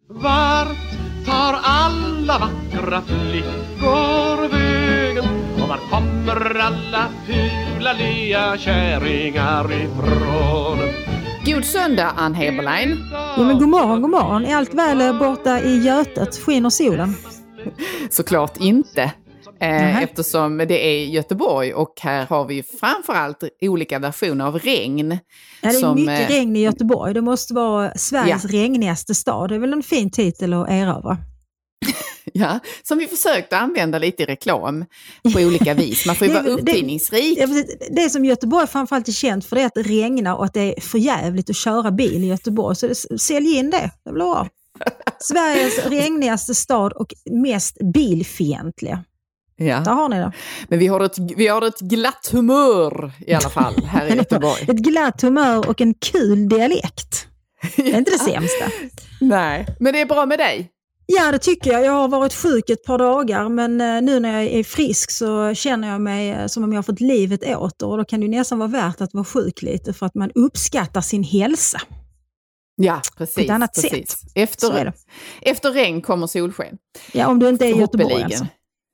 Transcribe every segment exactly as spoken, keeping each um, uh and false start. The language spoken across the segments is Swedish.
Vart tar alla vackra flickor vägen? Och var kommer alla fula lea kärringar ifrån? God söndag, Ann Heberlein. Ja, men god morgon, god morgon. Är allt väl borta i Götet? Skiner solen? Såklart inte. Eh, eftersom det är Göteborg och här har vi framförallt olika versioner av regn. Ja, det är som, mycket eh, regn i Göteborg. Det måste vara Sveriges ja. regnigaste stad. Det är väl en fin titel att erövra. Ja, som vi försökt använda lite i reklam på olika vis. Man får ju det, vara uppfinningsrik. Det, det, det som Göteborg framförallt är känt för det är att det regnar och att det är för jävligt att köra bil i Göteborg. Så det, sälj in det, det blir bra. Sveriges regnigaste stad och mest bilfientliga. Ja. Där har ni det. Men vi har, ett, vi har ett glatt humör i alla fall här i Göteborg. Ett glatt humör och en kul dialekt. Det är inte det sämsta. Nej, men det är bra med dig. Ja, det tycker jag. Jag har varit sjuk ett par dagar, men nu när jag är frisk så känner jag mig som om jag har fått livet åter. Och då kan det ju nästan vara värt att vara sjuk lite för att man uppskattar sin hälsa. Ja, precis. På ett annat precis. sätt. Efter, efter regn kommer solsken. Ja, om du inte är i Göteborg alltså.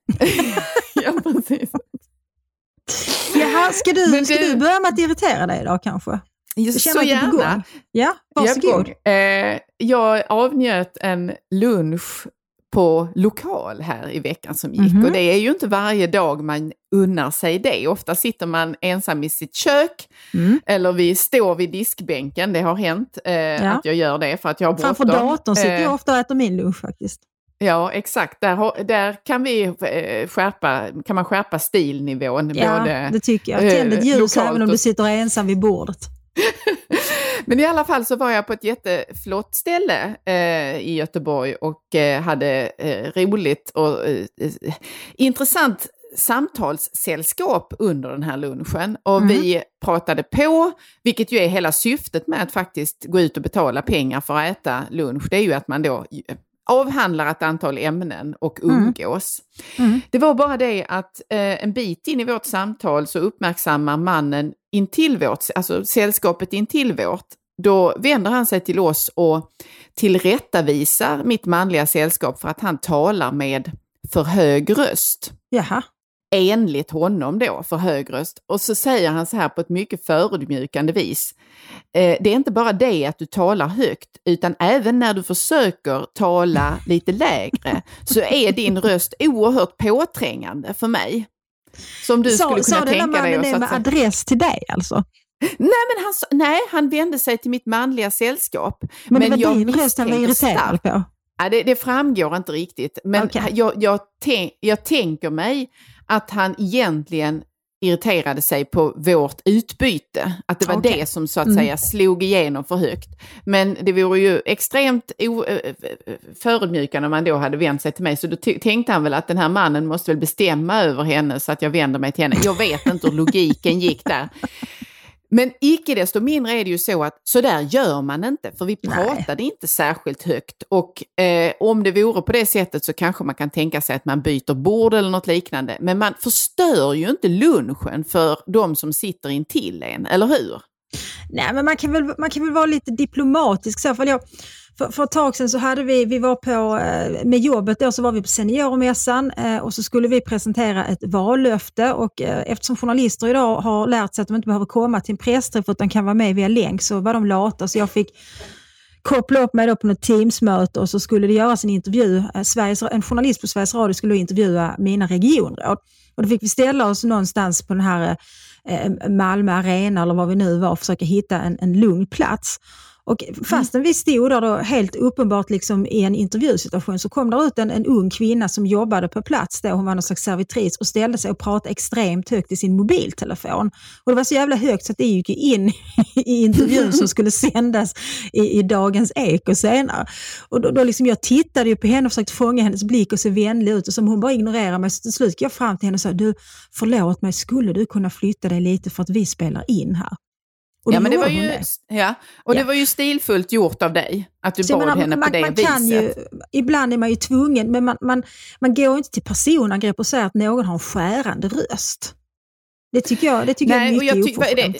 Ja, precis. Jaha, ska du, Men ska du... du börja med att irritera dig idag kanske? Just så gärna. Ja, varsågod. Jag, eh, jag avnjöt en lunch på lokal här i veckan som gick. Mm-hmm. Och det är ju inte varje dag man unnar sig det. Ofta sitter man ensam i sitt kök. Mm. Eller vi står vid diskbänken. Det har hänt eh, ja. att jag gör det för att jag har bråttom. Framför datorn sitter jag ofta och äter min lunch faktiskt. Ja, exakt. Där, där kan vi eh, skärpa, kan man skärpa stilnivån. Ja, både, det tycker jag. Tänd ett ljus eh, även om du sitter ensam vid bordet. Men i alla fall så var jag på ett jätteflott ställe eh, i Göteborg och eh, hade eh, roligt och eh, intressant samtalssällskap under den här lunchen. Och mm. vi pratade på, vilket ju är hela syftet med att faktiskt gå ut och betala pengar för att äta lunch. Det är ju att man då avhandlar ett antal ämnen och umgås. Mm. Mm. Det var bara det att eh, en bit in i vårt samtal så uppmärksammar mannen intill vårt, alltså sällskapet intill vårt. Då vänder han sig till oss och tillrättavisar mitt manliga sällskap för att han talar med för hög röst. Jaha. Enligt honom då, för hög röst. Och så säger han så här på ett mycket förödmjukande vis. Eh, det är inte bara det att du talar högt, utan även när du försöker tala lite lägre så är din röst oerhört påträngande för mig. Som du så, skulle kunna så tänka dig. Så den där mannen med adress till dig alltså? Nej, men han, nej, han vände sig till mitt manliga sällskap. Men, men det var din röst han var irriterad på? Ja, det, det framgår inte riktigt. Men okay. jag, jag, tänk, jag tänker mig att han egentligen irriterade sig på vårt utbyte. Att det var okay. det som så att säga mm. slog igenom för högt. Men det vore ju extremt o- förödmjukande om man då hade vänt sig till mig. Så då t- tänkte han väl att den här mannen måste väl bestämma över henne så att jag vänder mig till henne. Jag vet inte hur logiken gick där. Men icke desto mindre är det ju så att så där gör man inte, för vi pratade Nej. inte särskilt högt. Och eh, om det vore på det sättet så kanske man kan tänka sig att man byter bord eller något liknande. Men man förstör ju inte lunchen för de som sitter intill en, eller hur? Nej, men man kan väl, man kan väl vara lite diplomatisk. Så för, jag, för, för ett tag sedan så hade vi, vi var på, med jobbet då så var vi på seniormässan och så skulle vi presentera ett vallöfte och eftersom journalister idag har lärt sig att de inte behöver komma till en pressträff utan kan vara med via länk så var de lata så jag fick koppla upp mig då på något Teams-möte och så skulle det göras en intervju. Sveriges, en journalist på Sveriges Radio skulle intervjua mina regionråd och då fick vi ställa oss någonstans på den här Malmö Arena eller vad vi nu var och försöka hitta en, en lugn plats. Och fastän vi stod där då helt uppenbart liksom i en intervjusituation så kom där ut en, en ung kvinna som jobbade på plats där hon var någon slags servitris och ställde sig och pratade extremt högt i sin mobiltelefon. Och det var så jävla högt så att det gick in i intervjun som skulle sändas i, i dagens Eko senare. Och då, då liksom jag tittade ju på henne och försökte fånga hennes blick och se vänlig ut och som hon bara ignorerade mig. Så till slut gick jag fram till henne och sa, du förlåt mig, skulle du kunna flytta dig lite för att vi spelar in här? Och ja, men det var ju, det. Ja, och ja. det var ju stilfullt gjort av dig att du så bad henne man, på det man viset. Kan ju, ibland är man ju tvungen, men man, man, man går inte till personangrepp och säger att någon har en skärande röst. Det tycker jag, det tycker Nej, jag är mycket oförskämt.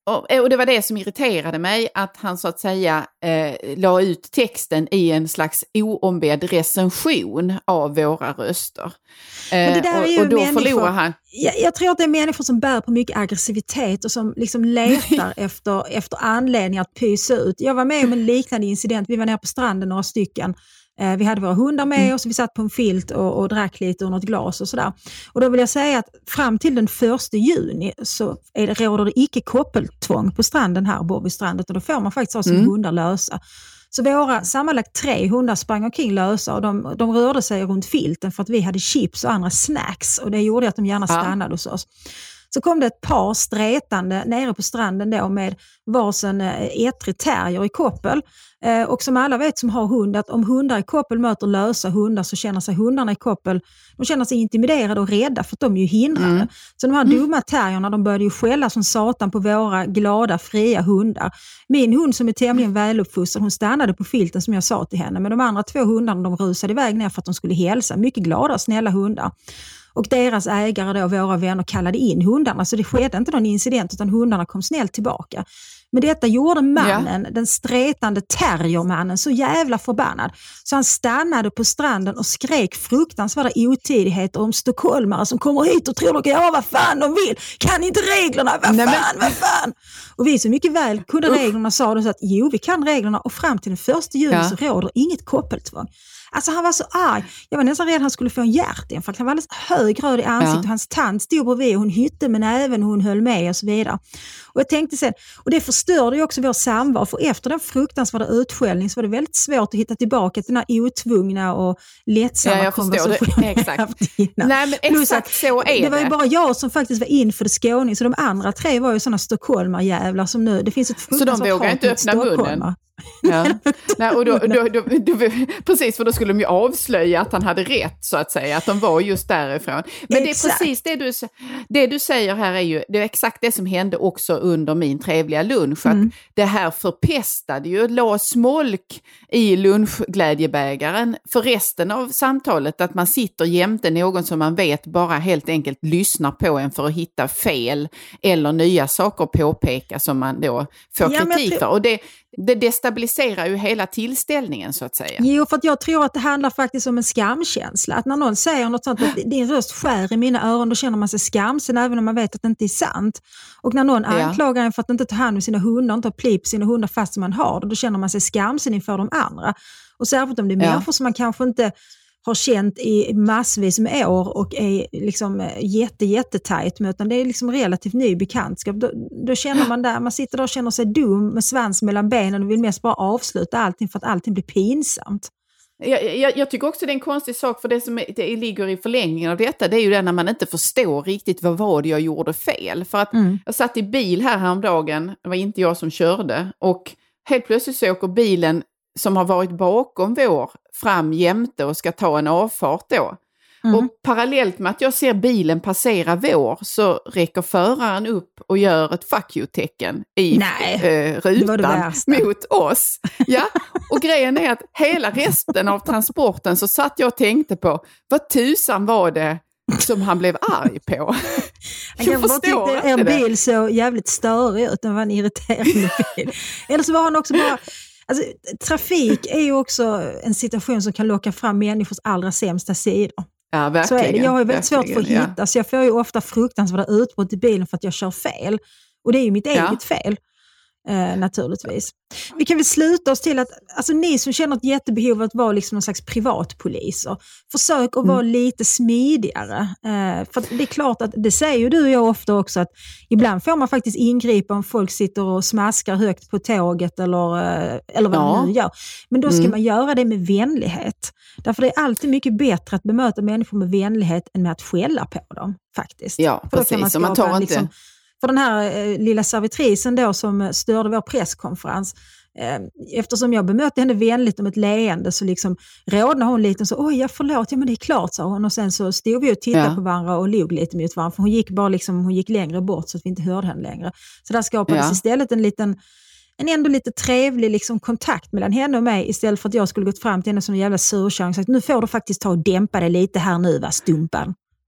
Och, och det var det som irriterade mig, att han så att säga eh, la ut texten i en slags oombedd recension av våra röster. Eh, Men det där är ju och, och då människor, förlorar han. Jag, jag tror att det är människor som bär på mycket aggressivitet och som liksom letar efter, efter anledning att pysa ut. Jag var med om en liknande incident. Vi var nere på stranden några stycken. Eh, vi hade våra hundar med mm. oss, vi satt på en filt och, och drack lite ur något glas och sådär. Och då vill jag säga att fram till den första juni så är det, råder det icke koppeltvång på stranden här, Borgby-strandet, och då får man faktiskt ha sina mm. hundar lösa. Så våra sammanlagt tre hundar sprang omkring lösa och de, de rörde sig runt filten för att vi hade chips och andra snacks, och det gjorde att de gärna stannade ja. hos oss. Så kom det ett par stretande nere på stranden då med varsin ettrig terrier i koppel. Eh, och som alla vet som har hund, att om hundar i koppel möter lösa hundar så känner sig hundarna i koppel, de känner sig intimiderade och rädda för att de är ju hindrade. Mm. Så de här dumma terrierna, de började ju skälla som satan på våra glada, fria hundar. Min hund som är tämligen väluppfostrad, hon stannade på filten som jag sa till henne, men de andra två hundarna, de rusade iväg ner för att de skulle hälsa. Mycket glada och snälla hundar. Och deras ägare då, våra vänner, kallade in hundarna. Så det skedde inte någon incident utan hundarna kom snällt tillbaka. Men detta gjorde mannen, ja. den stretande terriermannen, så jävla förbannad. Så han stannade på stranden och skrek fruktansvärda otidigheter om stockholmare som kommer hit och tror de kan göra vad fan de vill. Kan inte reglerna? Vad Nej, fan, men... vad fan? Och vi så mycket väl kunde reglerna sa då så att jo, vi kan reglerna, och fram till den första juni ja. så råder inget koppeltvång. Alltså han var så arg. Jag var nästan rädd att han skulle få en hjärtinfarkt. Han var alldeles högröd i ansiktet. Ja. Och hans tant stod bredvid och hon hytte men även hon höll med och så vidare. Och jag tänkte sen, och det förstörde ju också vår samvaro. För efter den fruktansvärda utskällning så var det väldigt svårt att hitta tillbaka till den här otvungna och lättsamma ja, konversationen. Exakt. Nej, men exakt att, så är det. Det var ju bara jag som faktiskt var inför det skåning. Så de andra tre var ju sådana stockholmarjävlar som nu. Det finns ett så de vågar inte öppna munnen? Ja. Nej, och då, då, då, då, då, precis, för då skulle de ju avslöja att han hade rätt så att säga, att de var just därifrån. Men exakt. Det är precis det du, det du säger här är ju, det är exakt det som hände också under min trevliga lunch, mm. att det här förpestade ju, la smolk i lunchglädjebägaren för resten av samtalet, att man sitter jämte någon som man vet bara helt enkelt lyssnar på en för att hitta fel eller nya saker att påpeka som man då får ja, kritik för. Och det Det destabiliserar ju hela tillställningen så att säga. Jo, för att jag tror att det handlar faktiskt om en skamkänsla. Att när någon säger något sånt att din röst skär i mina öron, då känner man sig skamsen även om man vet att det inte är sant. Och när någon ja. anklagar en för att inte ta hand om sina hundar, inte ha pli på sina hundar fast man har det, då känner man sig skamsen inför de andra. Och särskilt om det är ja. människor som man kanske inte har känt i massvis med år och är liksom jätte, jättetajt med, utan det är liksom relativt ny bekantskap. Då, då känner man där, man sitter där och känner sig dum med svans mellan benen och vill mest bara avsluta allting för att allting blir pinsamt. Jag, jag, jag tycker också det är en konstig sak, för det som är, det ligger i förlängningen av detta, det är ju det när man inte förstår riktigt vad var det jag gjorde fel. För att mm. jag satt i bil här häromdagen, det var inte jag som körde, och helt plötsligt så åker bilen som har varit bakom vår fram jämte och ska ta en avfart då. Mm. Och parallellt med att jag ser bilen passera vår så räcker föraren upp och gör ett fuck you-tecken i eh, rutan det mot oss. Ja, och grejen är att hela resten av transporten så satt jag och tänkte på vad tusan var det som han blev arg på. Jag, jag förstår inte. Er bil så jävligt störig ut, den var en irriterande bil. Eller så var han också bara... Alltså, trafik är ju också en situation som kan locka fram människors allra sämsta sidor. Ja, verkligen. Så är det. Jag har ju väldigt svårt för att hitta, ja. så jag får ju ofta fruktansvärda utbrott i bilen för att jag kör fel. Och det är ju mitt ja. eget fel. Eh, naturligtvis. Vi kan väl sluta oss till att alltså, ni som känner ett jättebehov av att vara liksom någon slags privatpoliser, försök att mm. vara lite smidigare. Eh, för det är klart att det säger ju du och jag ofta också, att ibland får man faktiskt ingripa om folk sitter och smaskar högt på tåget eller, eh, eller vad ja. man nu gör. Men då ska mm. man göra det med vänlighet. Därför det är alltid mycket bättre att bemöta människor med vänlighet än med att skälla på dem faktiskt. Ja, för precis. Då kan man, man tar inte... Liksom, för den här eh, lilla servitrisen då som störde vår presskonferens, eh, eftersom jag bemötte henne vänligt om ett leende så liksom rådnade hon lite och så, oj jag förlåt, ja men det är klart, sa hon. Och sen så stod vi och tittade ja. på varandra och log lite mot varandra, för hon gick bara liksom, hon gick längre bort så att vi inte hörde henne längre. Så där skapades ja. istället en liten, en ändå lite trevlig liksom kontakt mellan henne och mig, istället för att jag skulle gått fram till henne som en jävla surkärring och sagt, nu får du faktiskt ta och dämpa dig lite här nu, va stumpan.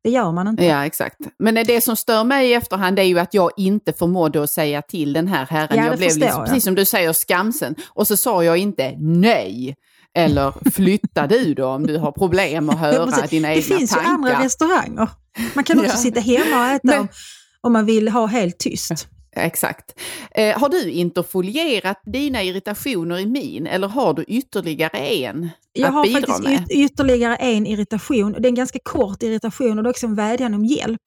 Det gör man inte. Ja, exakt. Men det som stör mig i efterhand är ju att jag inte förmådde att säga till den här herren. Ja, jag blev liksom, jag. precis som du säger, skamsen. Och så sa jag inte nej. Eller flytta du då om du har problem att höra dina egna tankar. Det finns ju andra restauranger. Man kan också ja. sitta hemma och äta Men, om, om man vill ha helt tyst. Exakt. Eh, har du interfolierat dina irritationer i min eller har du ytterligare en Jag att har bidra faktiskt med? Yt- ytterligare en irritation. Det är en ganska kort irritation och det är också en vädjan om hjälp.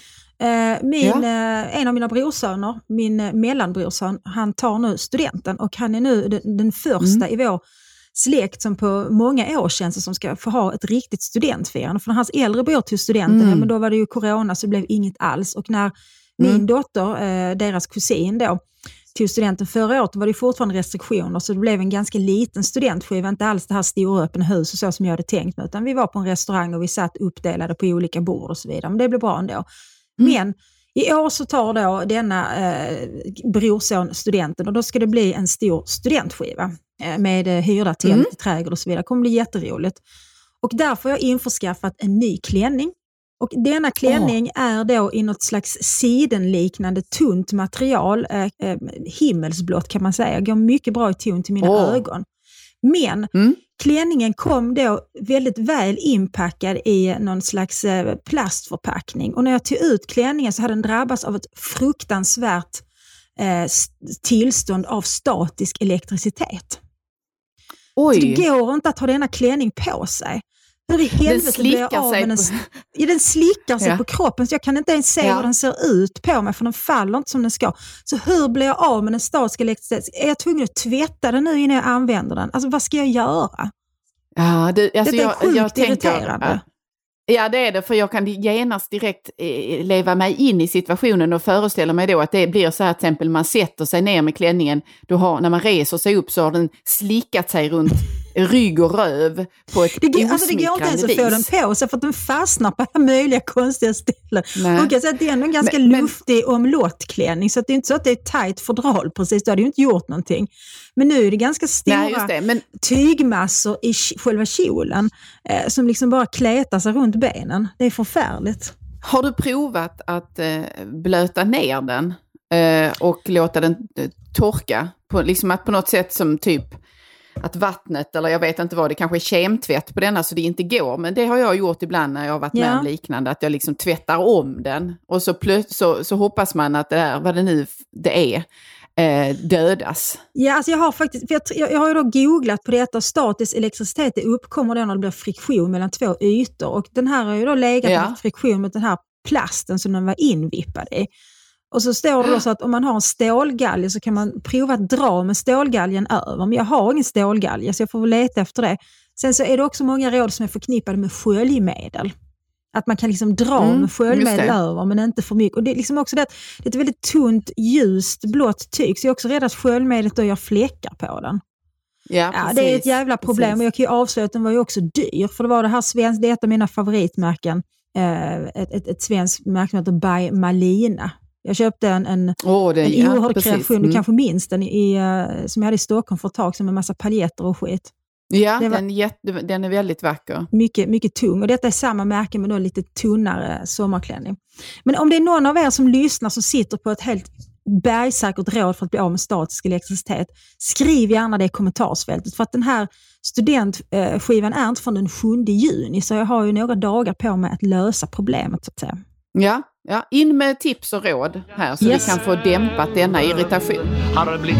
Eh, min, ja. eh, en av mina brorsöner, min eh, mellanbrorson, han tar nu studenten och han är nu den, den första mm. i vår släkt som på många år känns som ska få ha ett riktigt studentfirande. För när hans äldre bror tog studenten, mm. men då var det ju corona så det blev inget alls. Och när min mm. dotter, eh, deras kusin då, tog studenten förra året var det fortfarande restriktioner så det blev en ganska liten studentskiva, inte alls det här stora öppna hus och så som jag hade tänkt mig, utan vi var på en restaurang och vi satt uppdelade på olika bord och så vidare, men det blev bra ändå. Mm. Men i år så tar då denna eh, brorson studenten och då ska det bli en stor studentskiva eh, med eh, hyrda tält mm. i trädgård och så vidare. Det kommer bli jätteroligt. Och därför har jag införskaffat en ny klänning. Och denna klänning oh. är då i något slags sidenliknande tunt material, eh, eh, himmelsblått kan man säga. Går mycket bra i ton till mina oh. ögon. Men mm. klänningen kom då väldigt väl inpackad i någon slags eh, plastförpackning. Och när jag tog ut klänningen så hade den drabbats av ett fruktansvärt eh, tillstånd av statisk elektricitet. Oj. Så det går inte att ha denna klänning på sig. Hur i helvete blir jag av med den? På... Ja, den slickar sig ja. på kroppen så jag kan inte ens se ja. hur den ser ut på mig för den faller inte som den ska. Så hur blir jag av med den statiska elektriciteten? Är jag tvungen att tvätta den nu innan jag använder den? Alltså vad ska jag göra? Ja, det, alltså det är jag, sjukt jag irriterande. Tänker, ja, det är det, för jag kan genast direkt eh, leva mig in i situationen och föreställa mig då att det blir så här, till exempel man sätter sig ner med klänningen, då har, när man reser sig upp så har den slickat sig runt rygg och röv på ett det går, alltså det går inte ens att få den på sig för att den fastnar på alla möjliga konstiga ställen. Och jag säger att det är ändå en ganska men, luftig omlottklänning så att det är inte så att det är tajt fodral precis, då hade ju inte gjort någonting. Men nu är det ganska stora nej, just det, men... tygmassor i själva kjolen eh, som liksom bara kletar sig runt benen. Det är förfärligt. Har du provat att eh, blöta ner den eh, och låta den eh, torka? På, liksom att på något sätt som typ att vattnet, eller jag vet inte vad, det kanske är kemtvätt på denna så det inte går. Men det har jag gjort ibland när jag har varit med ja. om liknande. Att jag liksom tvättar om den. Och så, plöt, så, så hoppas man att det där, vad det nu det är, eh, dödas. Ja, alltså jag har faktiskt, för jag, jag har ju då googlat på detta. Statisk elektricitet, det uppkommer då när det blir friktion mellan två ytor. Och den här har ju då legat ja. i friktion med den här plasten som den var invippad i. Och så står det då så att om man har en stålgalge så kan man prova att dra med stålgalgen över. Men jag har ingen stålgalge så jag får väl leta efter det. Sen så är det också många råd som är förknippade med sköljmedel. Att man kan liksom dra mm, med sköljmedel över men inte för mycket. Och det är liksom också det att det är ett väldigt tunt, ljust, blått tyg. Så jag är också rädd att sköljmedlet då gör fläckar på den. Ja, ja, det är ett jävla problem. Precis. Och jag kan ju avslöja att den var ju också dyr. För det var det här svensk, det är ett av mina favoritmärken. Ett, ett, ett svenskt märke som heter By Malina. Jag köpte en, en, oh, det, en oerhörd ja, kreation, mm. du kanske minns den, i, uh, som jag hade i Stockholm för ett tag som med massa paljetter och skit. Ja, var, den, jätte, den är väldigt vacker. Mycket, mycket tung. Och detta är samma märke men då lite tunnare sommarklänning. Men om det är någon av er som lyssnar som sitter på ett helt bergsäkert råd för att bli av med statisk elektricitet, skriv gärna det i kommentarsfältet. För att den här studentskivan är inte från den sjunde juni så jag har ju några dagar på mig att lösa problemet så att säga. Ja, ja, in med tips och råd här så yes. vi kan få dämpat denna irritation. Har blivit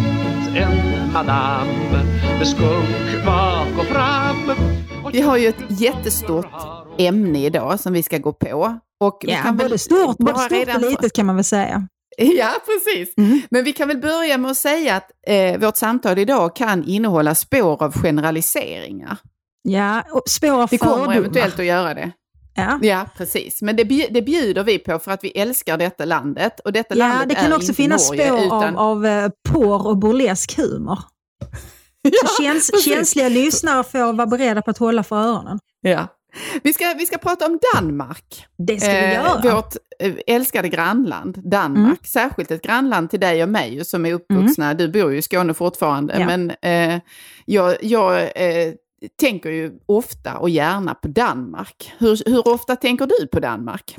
en madam med skunk bak och fram. Vi har ju ett jättestort ämne idag som vi ska gå på. Och vi ja, kan både väl stort, både stort och litet kan man väl säga. Ja, precis. Mm. Men vi kan väl börja med att säga att eh, vårt samtal idag kan innehålla spår av generaliseringar. Ja, och spår av vi fördomar. Vi kommer eventuellt att göra det. Ja. ja, precis. Men det, det bjuder vi på för att vi älskar detta landet. Och detta ja, landet det kan är också inte finnas Norge, spår utan... av, av porr och burlesk humor. ja, så käns, känsliga lyssnare får vara beredda på att hålla för öronen. Ja. Vi ska, vi ska prata om Danmark. Det ska vi eh, göra. Vårt eh, älskade grannland, Danmark. Mm. Särskilt ett grannland till dig och mig som är uppvuxna. Mm. Du bor ju i Skåne fortfarande. Ja. Men eh, jag... jag eh, tänker ju ofta och gärna på Danmark. Hur, hur ofta tänker du på Danmark?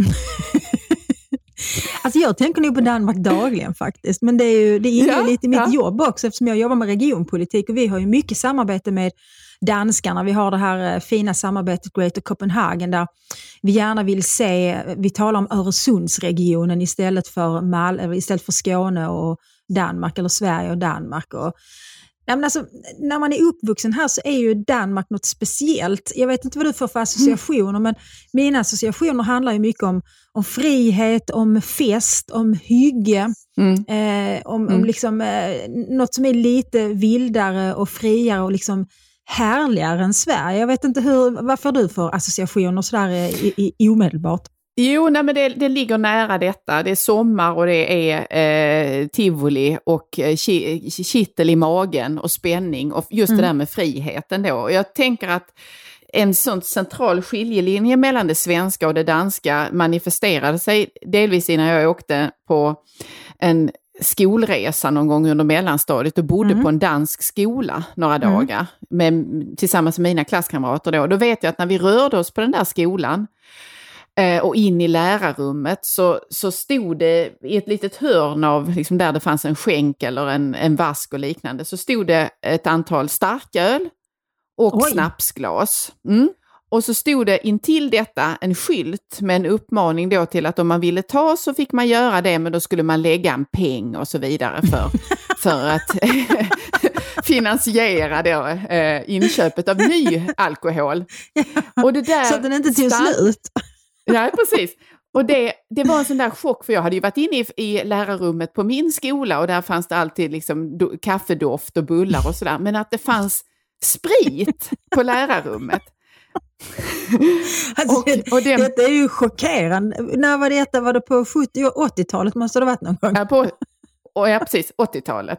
Alltså jag tänker nog på Danmark dagligen faktiskt, men det är ju det ingår ja, lite i mitt ja. jobb också, eftersom jag jobbar med regionpolitik och vi har ju mycket samarbete med danskarna. Vi har det här fina samarbetet Greater Copenhagen där vi gärna vill se, vi talar om Öresundsregionen istället för, Mal, eller istället för Skåne och Danmark eller Sverige och Danmark. Och, nej men alltså, när man är uppvuxen här så är ju Danmark något speciellt. Jag vet inte vad du får för associationer, mm. men mina associationer handlar ju mycket om, om frihet, om fest, om hygge, mm. eh, om, mm. om liksom, eh, något som är lite vildare och friare och liksom härligare än Sverige. Jag vet inte hur, vad får du för associationer sådär i, i, omedelbart? Jo, nej, men det, det ligger nära detta. Det är sommar och det är eh, tivoli och eh, kittel i magen och spänning och just mm. det där med friheten då. Och jag tänker att en sån central skiljelinje mellan det svenska och det danska manifesterade sig delvis innan jag åkte på en skolresa någon gång under mellanstadiet och bodde mm. på en dansk skola några mm. dagar med, tillsammans med mina klasskamrater då. Då vet jag att när vi rörde oss på den där skolan eh, och in i lärarrummet så, så stod det i ett litet hörn av liksom där det fanns en skänk eller en, en vask och liknande, så stod det ett antal starköl och Oj. snapsglas. Mm. Och så stod det intill detta en skylt med en uppmaning då till att om man ville ta så fick man göra det, men då skulle man lägga en peng och så vidare för, för att finansiera då, eh, inköpet av ny alkohol. Och det där så att den inte tog start... slut. Ja, precis. Och det, det var en sån där chock, för jag hade ju varit inne i, i lärarrummet på min skola och där fanns det alltid liksom do, kaffedoft och bullar och sådär. Men att det fanns sprit på lärarrummet. Alltså, och, och den, detta är ju chockerande. När var detta? Var det på sjuttio- och åttiotalet måste det ha varit någon gång? Ja, på, och ja precis, åttiotalet.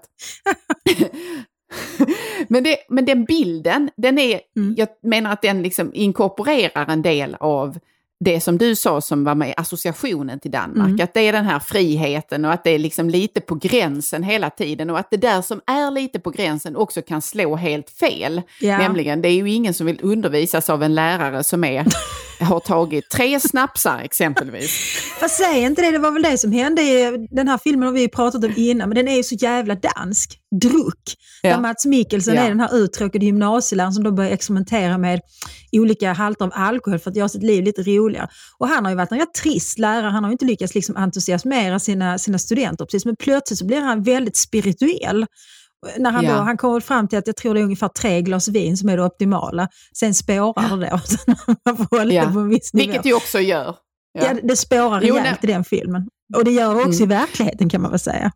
men, det, men den bilden, den är, mm. jag menar att den liksom inkorporerar en del av det som du sa som var med associationen till Danmark. Mm. Att det är den här friheten och att det är liksom lite på gränsen hela tiden. Och att det där som är lite på gränsen också kan slå helt fel. Yeah. Nämligen, det är ju ingen som vill undervisas av en lärare som är, har tagit tre snapsar exempelvis. Fast säg inte det, det var väl det som hände i den här filmen vi pratat om innan. Men den är ju så jävla dansk. Druck. Ja. Där Mats Mikkelsen ja. är den här uttråkade gymnasieläraren som då börjar experimentera med olika halter av alkohol för att göra sitt liv lite roligare. Och han har ju varit en rätt trist lärare. Han har ju inte lyckats liksom entusiasmera sina, sina studenter precis. Men plötsligt så blir han väldigt spirituell. När han, ja. då, han kommer fram till att jag tror det är ungefär tre glas vin som är det optimala. Sen spårar det då. Man får hålla ja. på en viss nivå. Vilket det också gör. Ja, ja det spårar rejält jo, i den filmen. Och det gör det också mm. i verkligheten kan man väl säga.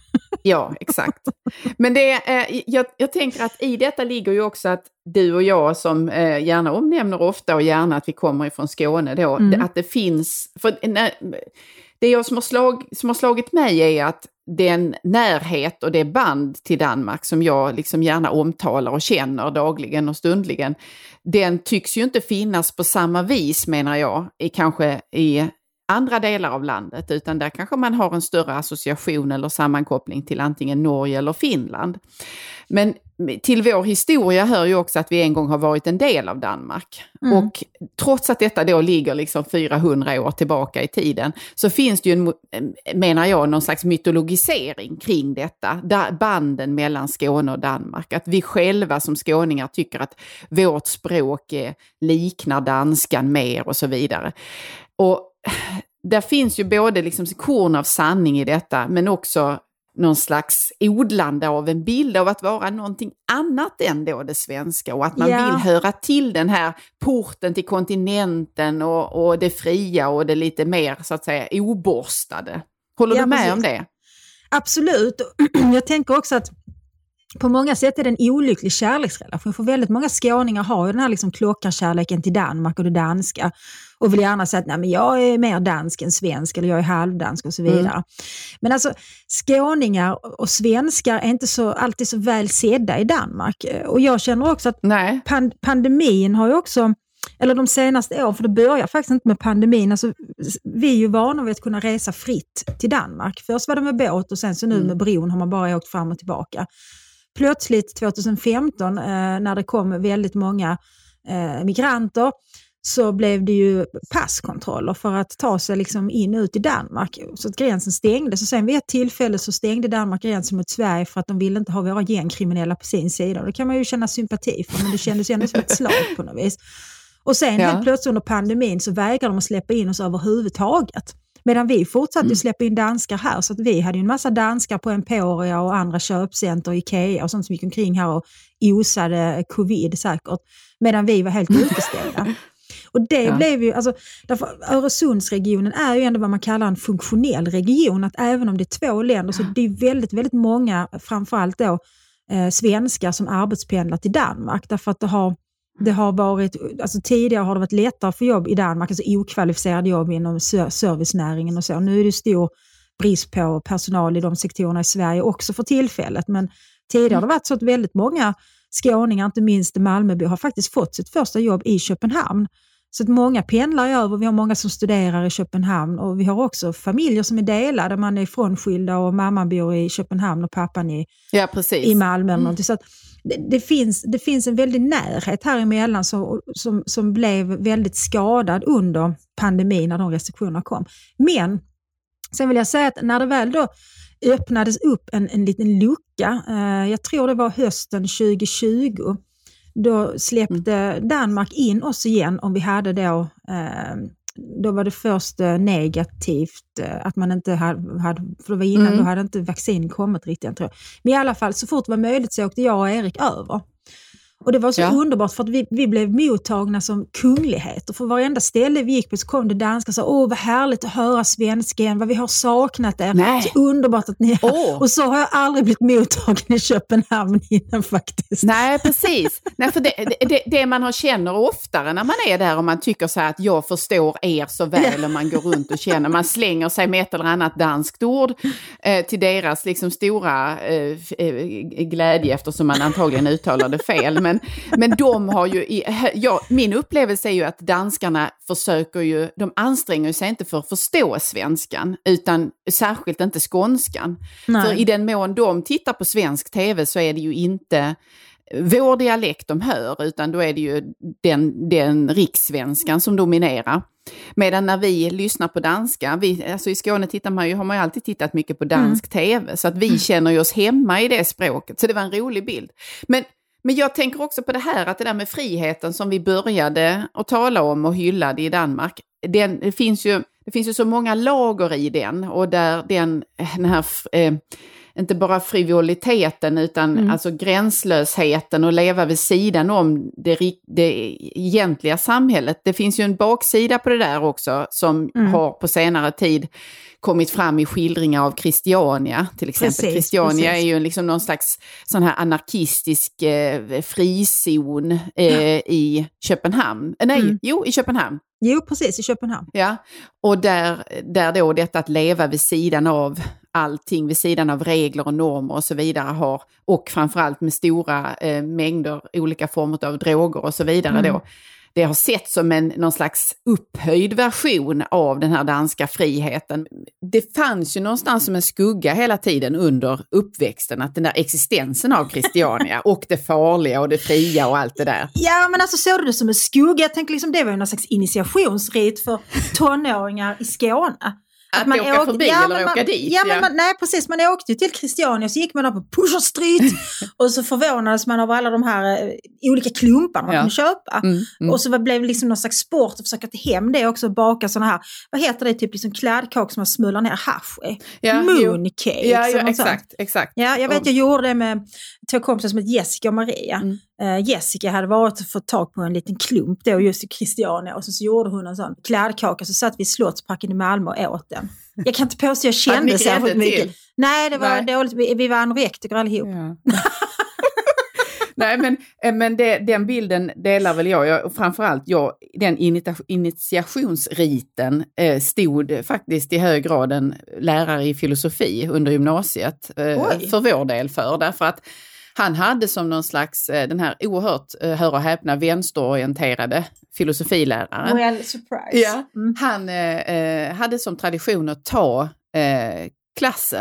Ja, exakt. Men det, eh, jag, jag tänker att i detta ligger ju också att du och jag som eh, gärna omnämner ofta och gärna att vi kommer ifrån Skåne då, mm. det, att det finns, för när, det jag som har, slag, som har slagit mig är att den närhet och det band till Danmark som jag liksom gärna omtalar och känner dagligen och stundligen, den tycks ju inte finnas på samma vis menar jag, i, kanske i andra delar av landet, utan där kanske man har en större association eller sammankoppling till antingen Norge eller Finland. Men till vår historia hör ju också att vi en gång har varit en del av Danmark. Mm. Och trots att detta då ligger liksom fyrahundra år tillbaka i tiden så finns det ju, en, menar jag, någon slags mytologisering kring detta. Banden mellan Skåne och Danmark. Att vi själva som skåningar tycker att vårt språk liknar danskan mer och så vidare. Och där finns ju både liksom korn av sanning i detta men också någon slags odlande av en bild av att vara någonting annat än då det svenska och att man yeah. vill höra till den här porten till kontinenten och, och det fria och det lite mer så att säga oborstade. Håller ja, du med precis. om det? Absolut. Jag tänker också att på många sätt är det en olycklig kärleksrelation. För väldigt många skåningar har ju den här liksom klockarkärleken till Danmark och det danska. Och vill gärna säga att nej, men jag är mer dansk än svensk eller jag är halvdansk och så vidare. Mm. Men alltså skåningar och svenskar är inte så, alltid så väl sedda i Danmark. Och jag känner också att pand- pandemin har ju också, eller de senaste åren, för det börjar faktiskt inte med pandemin. Alltså, vi är ju vana vid att kunna resa fritt till Danmark. Först var det med båt och sen så nu mm. med bron har man bara åkt fram och tillbaka. plötsligt tjugohundrafemton eh, när det kom väldigt många eh, migranter så blev det ju passkontroller för att ta sig liksom in och ut i Danmark. Så att gränsen stängdes. Och sen vid ett tillfälle så stängde Danmark gränsen mot Sverige för att de ville inte ha våra gängkriminella på sin sida. Och det kan man ju känna sympati för, men det kändes ju ändå som ett slag på något vis. Och sen ja. helt plötsligt under pandemin så vägrade de att släppa in oss överhuvudtaget. Medan vi fortsatte mm. släppa in danskar här, så att vi hade ju en massa danskar på Emporia och andra köpcenter, Ikea och sånt som gick omkring här och osade covid säkert. Medan vi var helt uteställda. Och det ja. blev ju, alltså, därför Öresundsregionen är ju ändå vad man kallar en funktionell region, att även om det är två länder så det är väldigt, väldigt många, framförallt då eh, svenskar som arbetspendlar till Danmark, därför att det har, det har varit, alltså tidigare har det varit lättare för jobb i Danmark, alltså okvalificerade jobb inom servicenäringen och så. Nu är det stor brist på personal i de sektorerna i Sverige också för tillfället, men tidigare har det varit så att väldigt många skåningar, inte minst Malmöbor, har faktiskt fått sitt första jobb i Köpenhamn. Så att många pendlar över, vi har många som studerar i Köpenhamn och vi har också familjer som är delade, man är frånskilda och mamma bor i Köpenhamn och pappan i, ja, precis. i Malmö. Mm. Så att det, det, finns, det finns en väldig närhet här emellan som, som, som blev väldigt skadad under pandemin när de restriktionerna kom. Men sen vill jag säga att när det väl då öppnades upp en, en liten lucka, eh, jag tror det var hösten tjugohundratjugo, då släppte mm. Danmark in oss igen om vi hade då, eh, då var det först eh, negativt eh, att man inte hade, hade för det var innan mm. då hade inte vaccin kommit riktigt, jag tror. Men i alla fall så fort det var möjligt så åkte jag och Erik över. Och det var så ja. underbart för att vi, vi blev mottagna som kungligheter. För varenda ställe vi gick på så kom det danska och sa, åh vad härligt att höra svenska igen, vad vi har saknat er. Nej. Så underbart att ni är oh. Och så har jag aldrig blivit mottagen i Köpenhamn innan faktiskt. Nej, precis. Nej, för det, det, det man har känner oftare när man är där och man tycker så här att jag förstår er så väl och man går runt och känner, man slänger sig med ett eller annat danskt ord eh, till deras liksom stora eh, glädje eftersom man antagligen uttalar det fel. Men, men de har ju, i, ja, min upplevelse är ju att danskarna försöker ju, de anstränger sig inte för att förstå svenskan utan särskilt inte skånskan. Nej. För i den mån de tittar på svensk tv så är det ju inte vår dialekt de hör utan då är det ju den, den rikssvenskan som dominerar. Medan när vi lyssnar på danska, vi, alltså i Skåne tittar man ju, har man ju alltid tittat mycket på dansk mm. tv så att vi känner ju oss hemma i det språket. Så det var en rolig bild. Men Men jag tänker också på det här att det där med friheten som vi började att tala om och hyllade i Danmark. Den, det, finns ju, det finns ju så många lager i den och där den, den här, eh, inte bara frivoliteten utan mm. alltså gränslösheten och leva vid sidan om det, det egentliga samhället. Det finns ju en baksida på det där också som mm. har på senare tid kommit fram i skildringar av Christiania till exempel. Precis, Christiania precis. är ju liksom någon slags sån här anarkistisk eh, frizon eh, ja. i Köpenhamn. Eh, nej, mm. jo, i Köpenhamn. Jo, precis, i Köpenhamn. Ja, och där, där då detta att leva vid sidan av allting, vid sidan av regler och normer och så vidare har, och framförallt med stora eh, mängder olika former av droger och så vidare mm. då. Det har sett som en någon slags upphöjd version av den här danska friheten. Det fanns ju någonstans som en skugga hela tiden under uppväxten att den där existensen av Christiania och det farliga och det fria och allt det där. Ja, men alltså såg du det som en skugga? Jag tänker liksom det var ju någon slags initiationsrit för tonåringar i Skåne. Att, att man åka åk... förbi ja, eller man, åka dit. Ja, men man, nej, precis. Man åkte ju till Christiania så gick man där på Pusher Street och så förvånades man av alla de här eh, olika klumparna man ja. kunde köpa. Mm, mm. Och så var, blev det liksom någon slags sport att försöka ta hem det också och baka sådana här, vad heter det, typ liksom klädkak som man smullar ner hasch i. Ja, mooncake. Ja, ja exakt, exakt. Ja, jag vet, och... jag gjorde det med två kompisar som heter Jessica och Maria. Mm. Uh, Jessica hade varit och fått tag på en liten klump då just i Christiania och så, så gjorde hon en sån klädkaka så satt vi i Slottsparken i Malmö och åt den. Jag kan inte påstå att jag kände så här mycket. Till. Nej, det var Nej. dåligt. Vi, vi var anorektiker allihop. Ja. Nej, men, men det, den bilden delar väl jag. jag framförallt jag, den initiationsriten eh, stod faktiskt i hög grad en lärare i filosofi under gymnasiet eh, för vår del för. Därför att han hade som någon slags, den här oerhört, hör och häpna, vänsterorienterade filosofiläraren. Well, surprise. Ja, mm. Han eh, hade som tradition att ta eh, klassen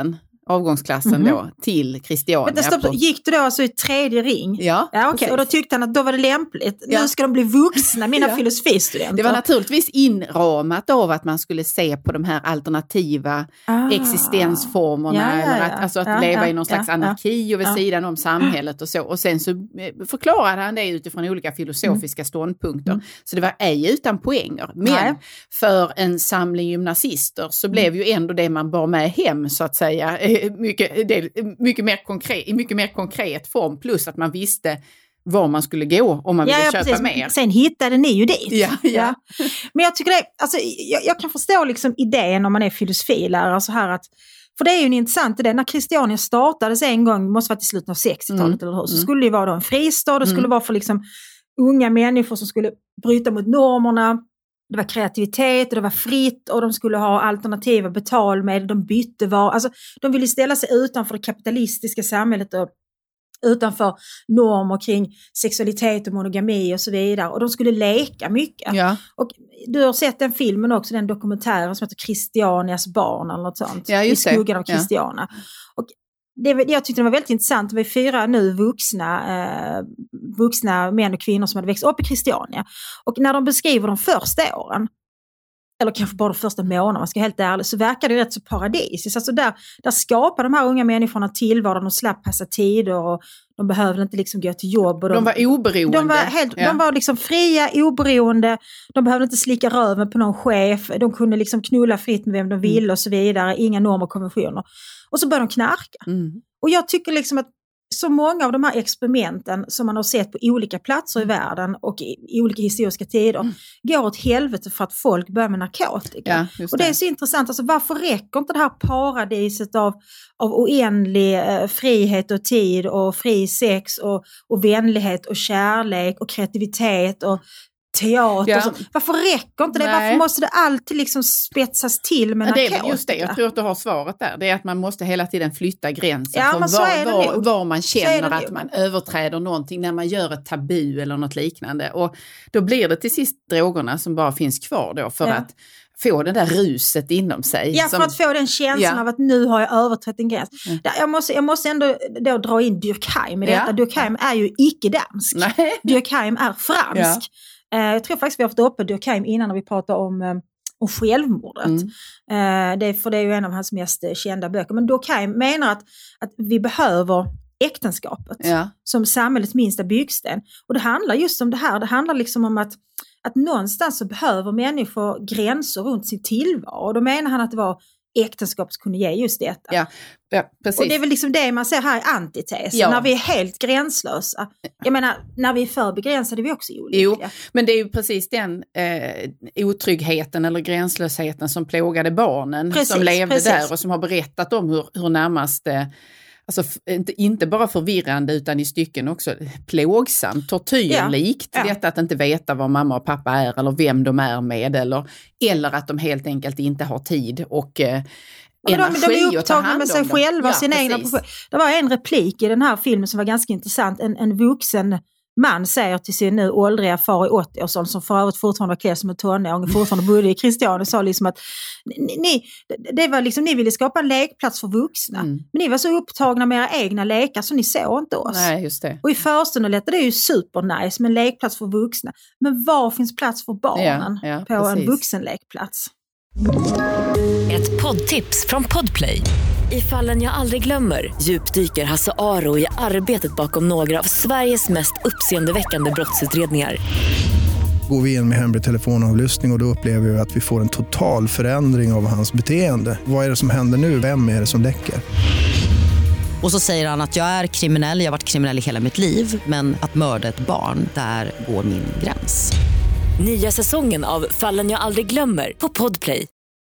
avgångsklassen mm-hmm. då till Christiania. Men stopp, på... Gick du då alltså i tredje ring? Ja, ja okay. Och då tyckte han att då var det lämpligt. Ja. Nu ska de bli vuxna, mina ja. filosofistudenter. Det var naturligtvis inramat av att man skulle se på de här alternativa ah. existensformerna. Ja, ja, ja. Eller att, alltså att ja, leva ja, i någon slags ja, anarki och vid ja. sidan om samhället och så. Och sen så förklarade han det utifrån olika filosofiska mm. ståndpunkter. Mm. Så det var ej utan poänger. Men Nej. för en samling gymnasister så blev mm. ju ändå det man bar med hem så att säga mycket, det, mycket, mer konkret, i mycket mer konkret form, plus att man visste var man skulle gå om man ja, ville ja, köpa precis. mer. Sen hittade ni ju dit. Ja, ja. Ja. Men jag tycker det, alltså, jag, jag kan förstå liksom idén om man är filosofilärare så här att, för det är ju en intressant idé, när Christiania startades en gång, måste vara till slutet av sextiotalet mm. eller hur, så mm. skulle det ju vara då en fristad, det skulle mm. vara för liksom unga människor som skulle bryta mot normerna. Det var kreativitet och det var fritt och de skulle ha alternativa betalmedel, de bytte var, alltså de ville ställa sig utanför det kapitalistiska samhället och utanför normer kring sexualitet och monogami och så vidare, och de skulle leka mycket. Ja. Och du har sett den filmen också, den dokumentären som heter Christianias barn eller något sånt, ja, i skuggan av Christiana. Ja. Och det, jag tyckte det var väldigt intressant. Det var fyra nu vuxna, eh, vuxna män och kvinnor som hade växt upp i Christiania. Och när de beskriver de första åren, eller kanske bara de första månaderna, man ska helt ärlig, så verkar det rätt så paradisiskt. Alltså där, där skapar de här unga människorna tillvaro, de slapp passa tider och de behövde inte liksom gå till jobb. Och de, de var oberoende. De var, helt, ja. de var liksom fria, oberoende, de behövde inte slicka röven på någon chef, de kunde liksom knulla fritt med vem de ville mm. och så vidare, inga normer och konventioner. Och så började de knarka. Mm. Och jag tycker liksom att så många av de här experimenten som man har sett på olika platser i världen och i, i olika historiska tider mm. går åt helvete för att folk börjar med narkotika. Ja, och det är så intressant, alltså varför räcker inte det här paradiset av, av oändlig eh, frihet och tid och fri sex och, och vänlighet och kärlek och kreativitet och teater. Ja. Varför räcker inte det? Nej. Varför måste det alltid liksom spetsas till med narkotika? Det är just det, jag tror att du har svaret där. Det är att man måste hela tiden flytta gränsen ja, för var, var, var man känner att man överträder någonting när man gör ett tabu eller något liknande. Och då blir det till sist drogerna som bara finns kvar då för ja. att få det där ruset inom sig. Ja, som, för att få den känslan ja. av att nu har jag överträtt en gräns. Mm. Jag, måste, jag måste ändå då dra in Durkheim i detta. Ja. Durkheim är ju icke-dansk. Nej. Durkheim är fransk. Ja. Jag tror faktiskt vi har haft uppe Durkheim innan när vi pratade om, om självmordet. Mm. Det är, för det är ju en av hans mest kända böcker. Men Durkheim menar att, att vi behöver äktenskapet ja. som samhällets minsta byggsten. Och det handlar just om det här. Det handlar liksom om att, att någonstans så behöver människor gränser runt sin tillvaro. Och då menar han att det var äktenskap som kunde ge just detta. Ja, ja, precis. Och det är väl liksom det man ser här i antitesen, ja. när vi är helt gränslösa. Jag menar, när vi är för begränsade är vi också olyckliga. Jo, men det är ju precis den eh, otryggheten eller gränslösheten som plågade barnen precis, som levde precis. där och som har berättat om hur, hur närmast eh, alltså inte, inte bara förvirrande utan i stycken också plågsamt, tortyrlikt. Ja. Ja. Detta att inte veta vad mamma och pappa är eller vem de är med eller, eller att de helt enkelt inte har tid och eh, energi de, de är upptagna med sig själva och ja, sina egna projekt. Det var en replik i den här filmen som var ganska intressant. En, en vuxen man säger till sin nu åldriga far i åttio-årsåldern som för övrigt fortfarande var klädd som en tonåring och fortfarande bodde i Christiania och sa liksom att ni, det var liksom, ni ville skapa en lekplats för vuxna. Mm. Men ni var så upptagna med era egna lekar så ni såg inte oss. Nej, just det. Och i förstunden lät det är ju supernice med en lekplats för vuxna. Men var finns plats för barnen ja, ja, på precis. en vuxenlekplats? Ett poddtips från Podplay. I Fallen jag aldrig glömmer djupdyker Hasse Aro i arbetet bakom några av Sveriges mest uppseendeväckande brottsutredningar. Går vi in med hemlig telefonavlyssning och då upplever vi att vi får en total förändring av hans beteende. Vad är det som händer nu? Vem är det som läcker? Och så säger han att jag är kriminell, jag har varit kriminell i hela mitt liv. Men att mörda ett barn, där går min gräns. Nya säsongen av Fallen jag aldrig glömmer på Podplay.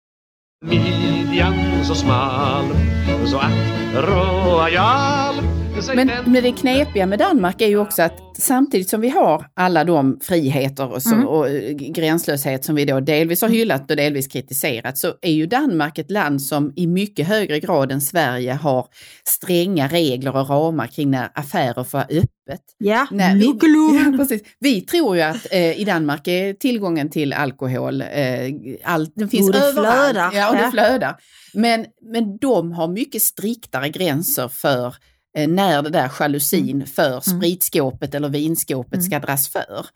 Midjan så smal, så att royal Men, men det knepiga med Danmark är ju också att samtidigt som vi har alla de friheter och, så, mm. och gränslöshet som vi då delvis har hyllat och delvis kritiserat, så är ju Danmark ett land som i mycket högre grad än Sverige har stränga regler och ramar kring när affärer får öppet. Ja, när vi, ja precis. Vi tror ju att eh, i Danmark är tillgången till alkohol, eh, all, den finns och det överallt. Flödar. Ja, och det flödar. Men, men de har mycket striktare gränser för när det där jalusin mm. för spritskåpet eller vinskåpet mm. ska dras för.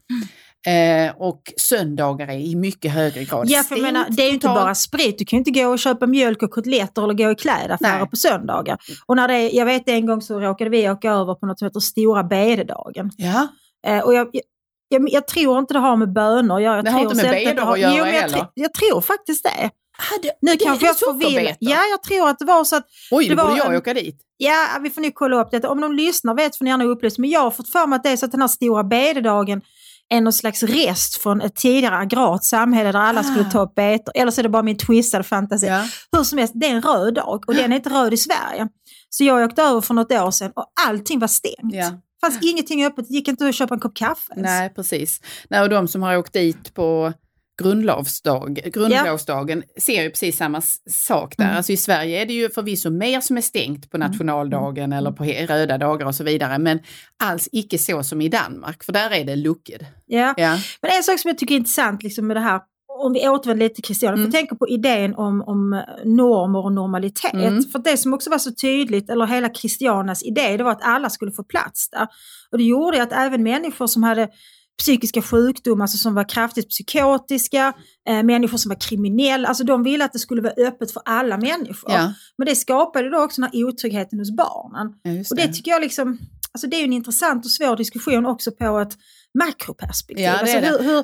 Mm. Eh, och söndagar är i mycket högre grad ja, för menar, det är ju inte bara sprit. Du kan ju inte gå och köpa mjölk och kotletter eller gå i klädaffärer på söndagar. Och när det är, jag vet en gång så råkade vi åka över på något som heter Stora bededagen. Ja. Eh, och jag, jag, jag tror inte det har med bönor. Jag, jag det tror har inte med beder att göra jo, heller. Jag, jag, jag tror faktiskt det. Hade, nu det kanske jag förvirrar. Ja, jag tror att det var så att... Oj, det borde var jag en, åka dit. Ja, vi får nu kolla upp det. Om de lyssnar vet får ni gärna upplysa. Men jag har fått för mig att det är så att den här Stora bededagen är någon slags rest från ett tidigare agrart samhälle där alla ah. skulle ta upp betor. Eller så är det bara min twistade fantasi. Ja. Hur som helst, det är en röd dag och den är inte röd i Sverige. Så jag åkte över för något år sedan och allting var stängt. Ja. Det fanns ja. ingenting öppet, det gick inte att köpa en kopp kaffe ens. Nej, precis. Nej, och de som har åkt dit på grundlovsdag, grundlovsdagen ja. ser ju precis samma sak där. Mm. Alltså i Sverige är det ju förvisso mer som är stängt på nationaldagen mm. eller på röda dagar och så vidare, men alls icke så som i Danmark, för där är det lucked. Ja, ja. Men en sak som jag tycker är intressant liksom med det här, om vi återvänder lite till Christiana, mm. för tänka på idén om, om normer och normalitet. Mm. För det som också var så tydligt, eller hela Christianas idé, det var att alla skulle få plats där. Och det gjorde att även människor som hade psykiska sjukdomar, alltså som var kraftigt psykotiska, eh, människor som var kriminella, alltså de ville att det skulle vara öppet för alla människor. Ja. Men det skapade då också den här otryggheten hos barnen. Ja, det. Och det tycker jag liksom, alltså det är ju en intressant och svår diskussion också på ett makroperspektiv. Ja, alltså hur, hur,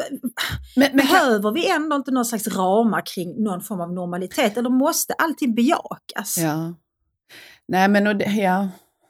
men, men, behöver vi ändå inte någon slags ramar kring någon form av normalitet, eller måste allting bejakas? Ja. Nej men och det, ja.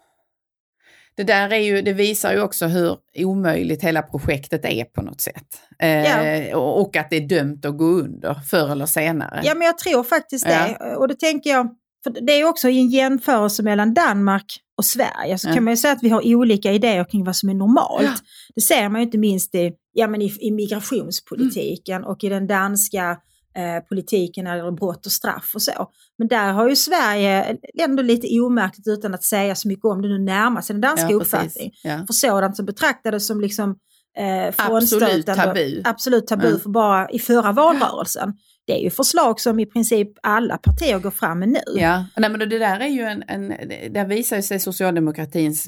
Det där är ju, det visar ju också hur omöjligt hela projektet är på något sätt. Eh, ja. och, och att det är dömt att gå under förr eller senare. Ja, men jag tror faktiskt det. Ja. Och det tänker jag, för det är också i en jämförelse mellan Danmark och Sverige så ja. kan man ju säga att vi har olika idéer kring vad som är normalt. Ja. Det ser man ju inte minst i, ja, men i, i migrationspolitiken mm. och i den danska Eh, politiken eller brott och straff och så. Men där har ju Sverige ändå lite omärkligt utan att säga så mycket om det nu närmar sig den danska ja, uppfattning. Ja. För sådant som betraktades som liksom eh, absolut tabu, absolut tabu mm. för bara i förra valrörelsen. Det är ju förslag som i princip alla partier går fram med nu. Ja, nej, men det där är ju en, en där visar sig socialdemokratins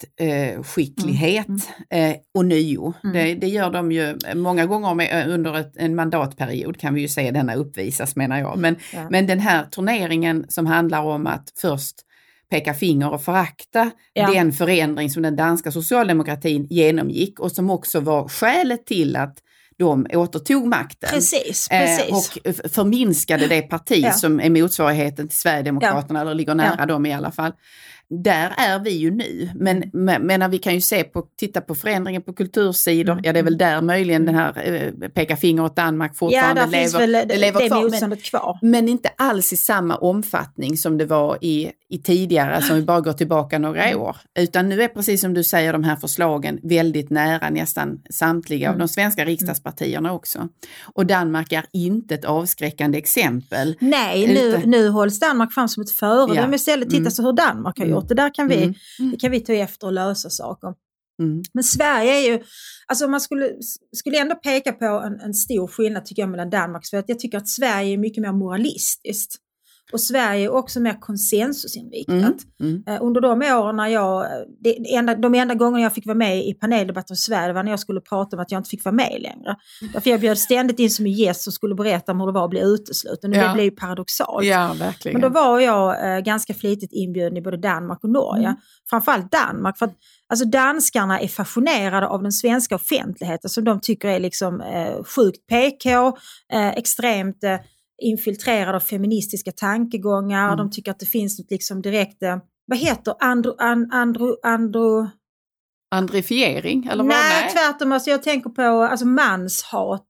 maktskicklighet eh, mm. eh, och nio. Mm. Det, det gör de ju många gånger med, under ett, en mandatperiod kan vi ju se denna uppvisas menar jag. Men, ja. men den här turneringen som handlar om att först peka finger och förakta ja. den förändring som den danska socialdemokratin genomgick och som också var skälet till att de återtog makten. Precis, precis. Eh, och förminskade det parti ja. som är motsvarigheten till Sverigedemokraterna ja. eller ligger nära ja. dem i alla fall. Där är vi ju nu. Men, men vi kan ju se på, titta på förändringen på kultursidor. Mm. Ja, det är väl där möjligen den här eh, peka finger åt Danmark fortfarande ja, lever, väl, det lever det kvar. Men, kvar. Men inte alls i samma omfattning som det var i, i tidigare, som vi bara går tillbaka några mm. år. Utan nu är precis som du säger de här förslagen väldigt nära nästan samtliga mm. av de svenska riksdagspartierna också. Och Danmark är inte ett avskräckande exempel. Nej, nu, Utan, nu hålls Danmark fram som ett föredöme. Ja. Istället titta mm. så hur Danmark har gjort. Det där kan vi, mm. det kan vi ta efter och lösa saker. Mm. Men Sverige är ju, alltså man skulle, skulle ändå peka på en, en stor skillnad tycker jag mellan Danmark och Sverige. Jag tycker att Sverige är mycket mer moralistiskt. Och Sverige är också mer konsensusinriktat. Mm. Mm. Uh, under de åren när jag, det enda, de enda gångerna jag fick vara med i paneldebatter i Sverige var när jag skulle prata om att jag inte fick vara med längre. Därför jag bjöd ständigt in som en gäst som skulle berätta om hur det var att bli utesluten. Och ja. det blev ju paradoxalt. Ja, verkligen. Men då var jag uh, ganska flitigt inbjuden i både Danmark och Norge. Mm. Framförallt Danmark, för att alltså danskarna är fascinerade av den svenska offentligheten som de tycker är liksom uh, sjukt P K, uh, extremt uh, infiltrerade av feministiska tankegångar. Mm. De tycker att det finns något liksom direkt, vad heter andro, and, andro, andro... andrifiering? Eller vad? Nej, Nej, tvärtom. Alltså jag tänker på alltså manshat.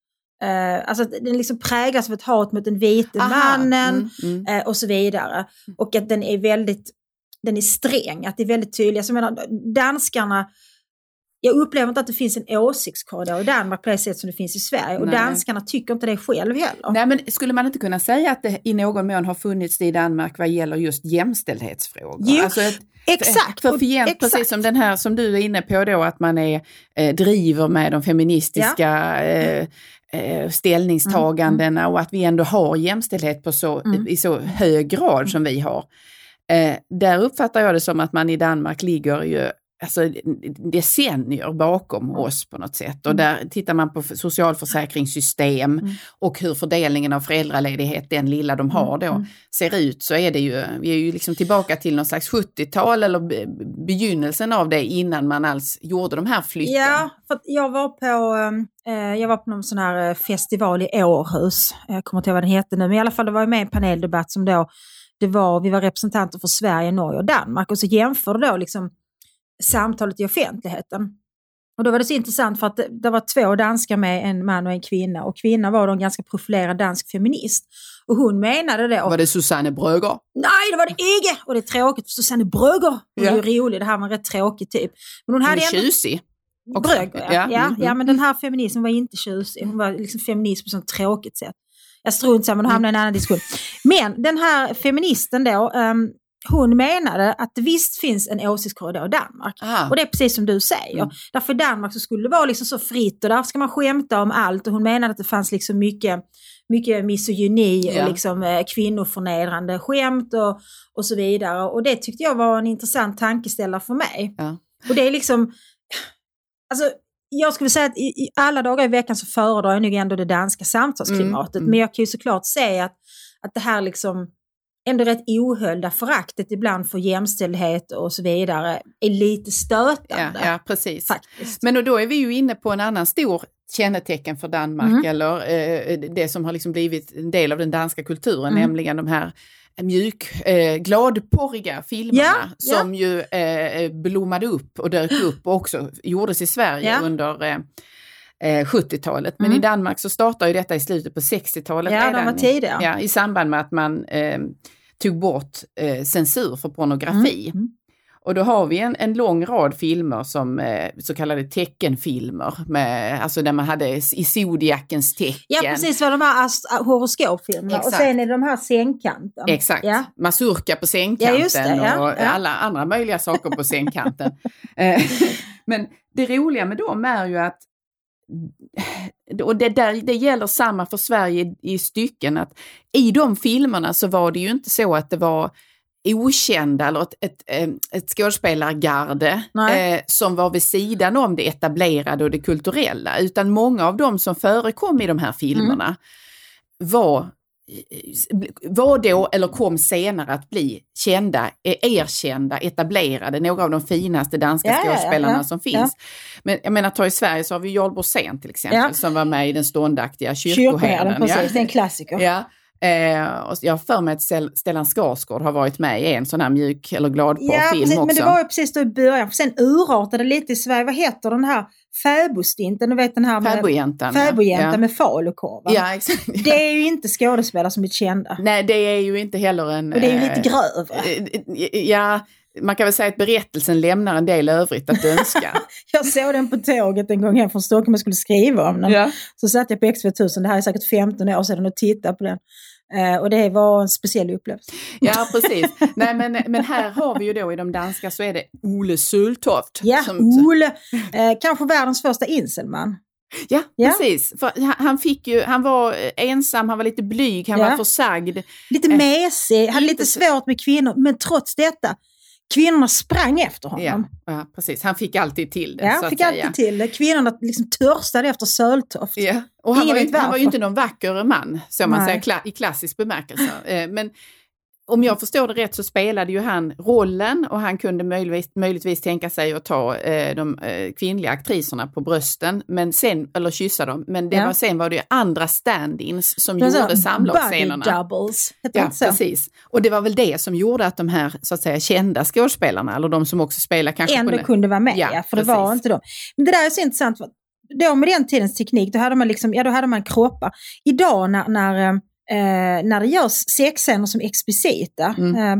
Uh, alltså den liksom präglas av ett hat mot den vita Aha. mannen mm, mm. Uh, och så vidare. Och att den är väldigt, den är sträng, att det är väldigt tydligt. Alltså, jag menar, danskarna, jag upplever inte att det finns en åsiktskorridor i Danmark på det sätt som det finns i Sverige. Och Nej. danskarna tycker inte det själv heller. Nej, men skulle man inte kunna säga att det i någon mån har funnits det i Danmark vad gäller just jämställdhetsfrågor? Jo, alltså ett, exakt. För, för igen, exakt. precis som den här som du är inne på då, att man är, eh, driver med de feministiska ja. eh, eh, ställningstagandena mm. och att vi ändå har jämställdhet på så, mm. i så hög grad mm. som vi har. Eh, där uppfattar jag det som att man i Danmark ligger ju alltså decennier bakom oss på något sätt. Och där tittar man på socialförsäkringssystem mm. och hur fördelningen av föräldraledighet, den lilla de har då, mm. ser ut, så är det ju, vi är ju liksom tillbaka till någon slags sjuttiotal eller begynnelsen av det innan man alls gjorde de här flytten. Ja, för jag var på eh, jag var på någon sån här festival i Århus. Jag kommer inte ihåg vad den hette nu, men i alla fall det var med en paneldebatt som då, det var, vi var representanter för Sverige, Norge och Danmark, och så jämförde då liksom samtalet i offentligheten. Och då var det så intressant för att det, det var två danskar med, en man och en kvinna. Och kvinnan var då en ganska profilerad dansk feminist. Och hon menade det. Och, var det Susanne Brøgger? Nej, det var det inte. Och det är tråkigt för Susanne Brøgger. Hon ja. är ju rolig, det här var en rätt tråkig typ. Men hon, hon hade är tjusig. Brøgger, ja. Ja, ja, mm, ja, men den här feminismen var inte tjusig. Hon var liksom feminist på ett sånt tråkigt sätt. Jag strunt samman och hamnade i en annan diskussion. Men den här feministen då... Um, hon menade att det visst finns en åsiktskorridor i Danmark. Aha. Och det är precis som du säger. Mm. Därför i Danmark så skulle det vara liksom så fritt och där ska man skämta om allt. Och hon menade att det fanns liksom mycket, mycket misogyni ja. och liksom, eh, kvinnoförnedrande skämt och, och så vidare. Och det tyckte jag var en intressant tankeställare för mig. Ja. Och det är liksom... Alltså, jag skulle säga att i, i alla dagar i veckan så föredrar jag nog ändå det danska samtalsklimatet. Mm. Mm. Men jag kan ju såklart säga att, att det här liksom... ändå rätt ohöljda föraktet ibland för jämställdhet och så vidare är lite stötande. Ja, ja precis. Faktiskt. Men och då är vi ju inne på en annan stor kännetecken för Danmark mm. eller eh, det som har liksom blivit en del av den danska kulturen, mm. nämligen de här mjuk, eh, gladporriga filmerna ja, som ja. ju eh, blommade upp och dök upp och också gjordes i Sverige ja. under... Eh, sjuttiotalet. Men mm. i Danmark så startar ju detta i slutet på sextiotalet. Ja, redan, de var tidiga. Ja, i samband med att man eh, tog bort eh, censur för pornografi. Mm. Mm. Och då har vi en, en lång rad filmer som eh, så kallade teckenfilmer. Med, alltså där man hade i Zodiacens tecken. Ja, precis. Var de här ast- horoskopfilmerna. Och sen är det de här sängkanten. Exakt. Ja. Masurka på sängkanten ja, just det, ja, och ja. alla andra möjliga saker på sängkanten. Men det roliga med dem är ju att och det, där, det gäller samma för Sverige i, i stycken, att i de filmerna så var det ju inte så att det var okända eller ett, ett, ett skådespelargarde eh, som var vid sidan om det etablerade och det kulturella, utan många av dem som förekom i de här filmerna mm. var var då eller kom senare att bli kända, erkända, etablerade, några av de finaste danska ja, skådespelarna ja, ja, som finns. Ja. Men jag menar, ta i Sverige så har vi Jarl Borssén till exempel ja. som var med i den ståndaktiga kyrkoherden. Kyrkoherden, precis, ja. Det är en klassiker. Ja. Eh, och jag har för mig att Stellan Skarsgård har varit med i en sån här mjuk eller glad på ja, film precis, också. Men det var ju precis då i början, för sen urartade lite i Sverige. Vad heter den här fäbostinten? Du vet den här med fäbojäntan, fäbojäntan ja. med falukorven. Ja, exakt. Det är ju inte skådespelare som är kända. Nej, det är ju inte heller en... Och det är ju lite grövre. Ja, man kan väl säga att berättelsen lämnar en del övrigt att önska. Jag såg den på tåget en gång hem från Stockholm och skulle skriva om den. Ja. Så satt jag på X V tusen, det här är säkert femton år sedan, och tittade på den. Uh, och det var en speciell upplevelse. Ja, precis. Nej, men, men här har vi ju då i de danska så är det Ole Søltoft. Ja, som, Ole. Uh, kanske världens första inselman. Ja, ja, precis. För han fick ju, han var ensam, han var lite blyg, han ja. var försagd. Lite mesig, hade lite svårt med kvinnor, men trots detta, kvinnorna sprang efter honom. Ja, ja precis. Han fick alltid till det. Ja, han fick alltid till det. Kvinnorna liksom törstade efter Søltoft. Ja. Och han var, ju, han var ju inte någon vacker man, så man säger, i klassisk bemärkelse. Men om jag förstår det rätt så spelade ju han rollen, och han kunde möjligtvis, möjligtvis tänka sig att ta eh, de eh, kvinnliga aktriserna på brösten, men sen, eller kyssa dem. Men det ja. var, sen var det ju andra stand-ins som gjorde så, samlagsscenerna. Body doubles. Ja, precis. Och det var väl det som gjorde att de här så att säga kända skådespelarna, eller de som också spelar kanske... Ändå kunde vara med, ja, för precis. Det var inte de. Men det där är så intressant. Då med den tidens teknik, då hade man liksom, ja då hade man kroppar. Idag när, när, eh, när det görs sexscener som explicita, mm. eh,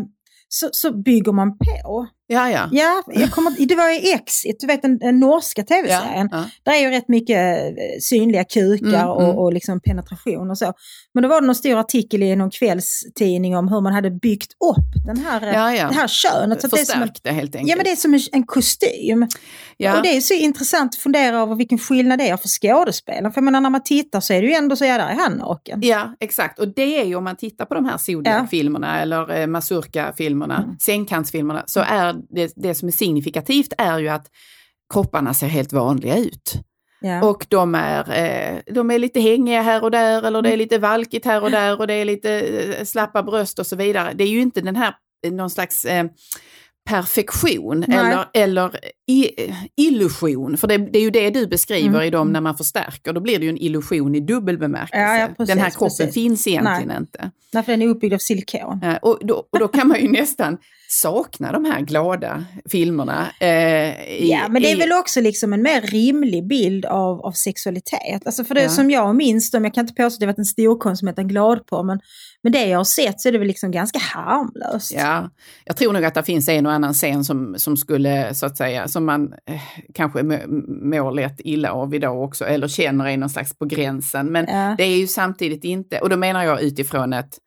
så, så bygger man på. Ja, ja. Ja, jag kommer, det var ju Exit, du vet den, den norska tv-serien. Ja, ja. Där är ju rätt mycket synliga kukar mm, och, mm. och liksom penetration och så. Men då var det någon stor artikel i någon kvällstidning om hur man hade byggt upp den här, ja, ja. det här könet. Så Förstärkt det, är som en, det helt enkelt. ja, men det är som en, en kostym. Ja. Och det är så intressant att fundera över vilken skillnad det är för skådespelaren. För jag menar, när man tittar så är det ju ändå så är där är han naken. Ja, exakt. Och det är ju om man tittar på de här Zodiac-filmerna ja. eller eh, Mazurka-filmerna, mm. sängkantsfilmerna, så är det, det som är signifikativt är ju att kropparna ser helt vanliga ut. Ja. Och de är, eh, de är lite hängiga här och där, eller det är lite valkigt här och där och det är lite eh, slappa bröst och så vidare. Det är ju inte den här, någon slags eh, perfektion eller, eller i, illusion. För det, det är ju det du beskriver mm. i dem när man förstärker. Då blir det ju en illusion i dubbel bemärkelse. Ja, ja, precis, den här kroppen precis. finns egentligen Nej. inte. Nej, för den är uppbyggd av silikon. Ja, och, då, och då kan man ju nästan sakna de här glada filmerna. Eh, i, ja, men det är i, väl också liksom en mer rimlig bild av, av sexualitet. Alltså för det ja. som jag minns, jag kan inte påstå att det varit en stor konsument en glad på, men, men det jag har sett så är det väl liksom ganska harmlöst. Ja, jag tror nog att det finns en och annan scen som, som skulle, så att säga, som man eh, kanske mår lätt illa av idag också, eller känner är någon slags på gränsen. Men ja. det är ju samtidigt inte, och då menar jag utifrån ett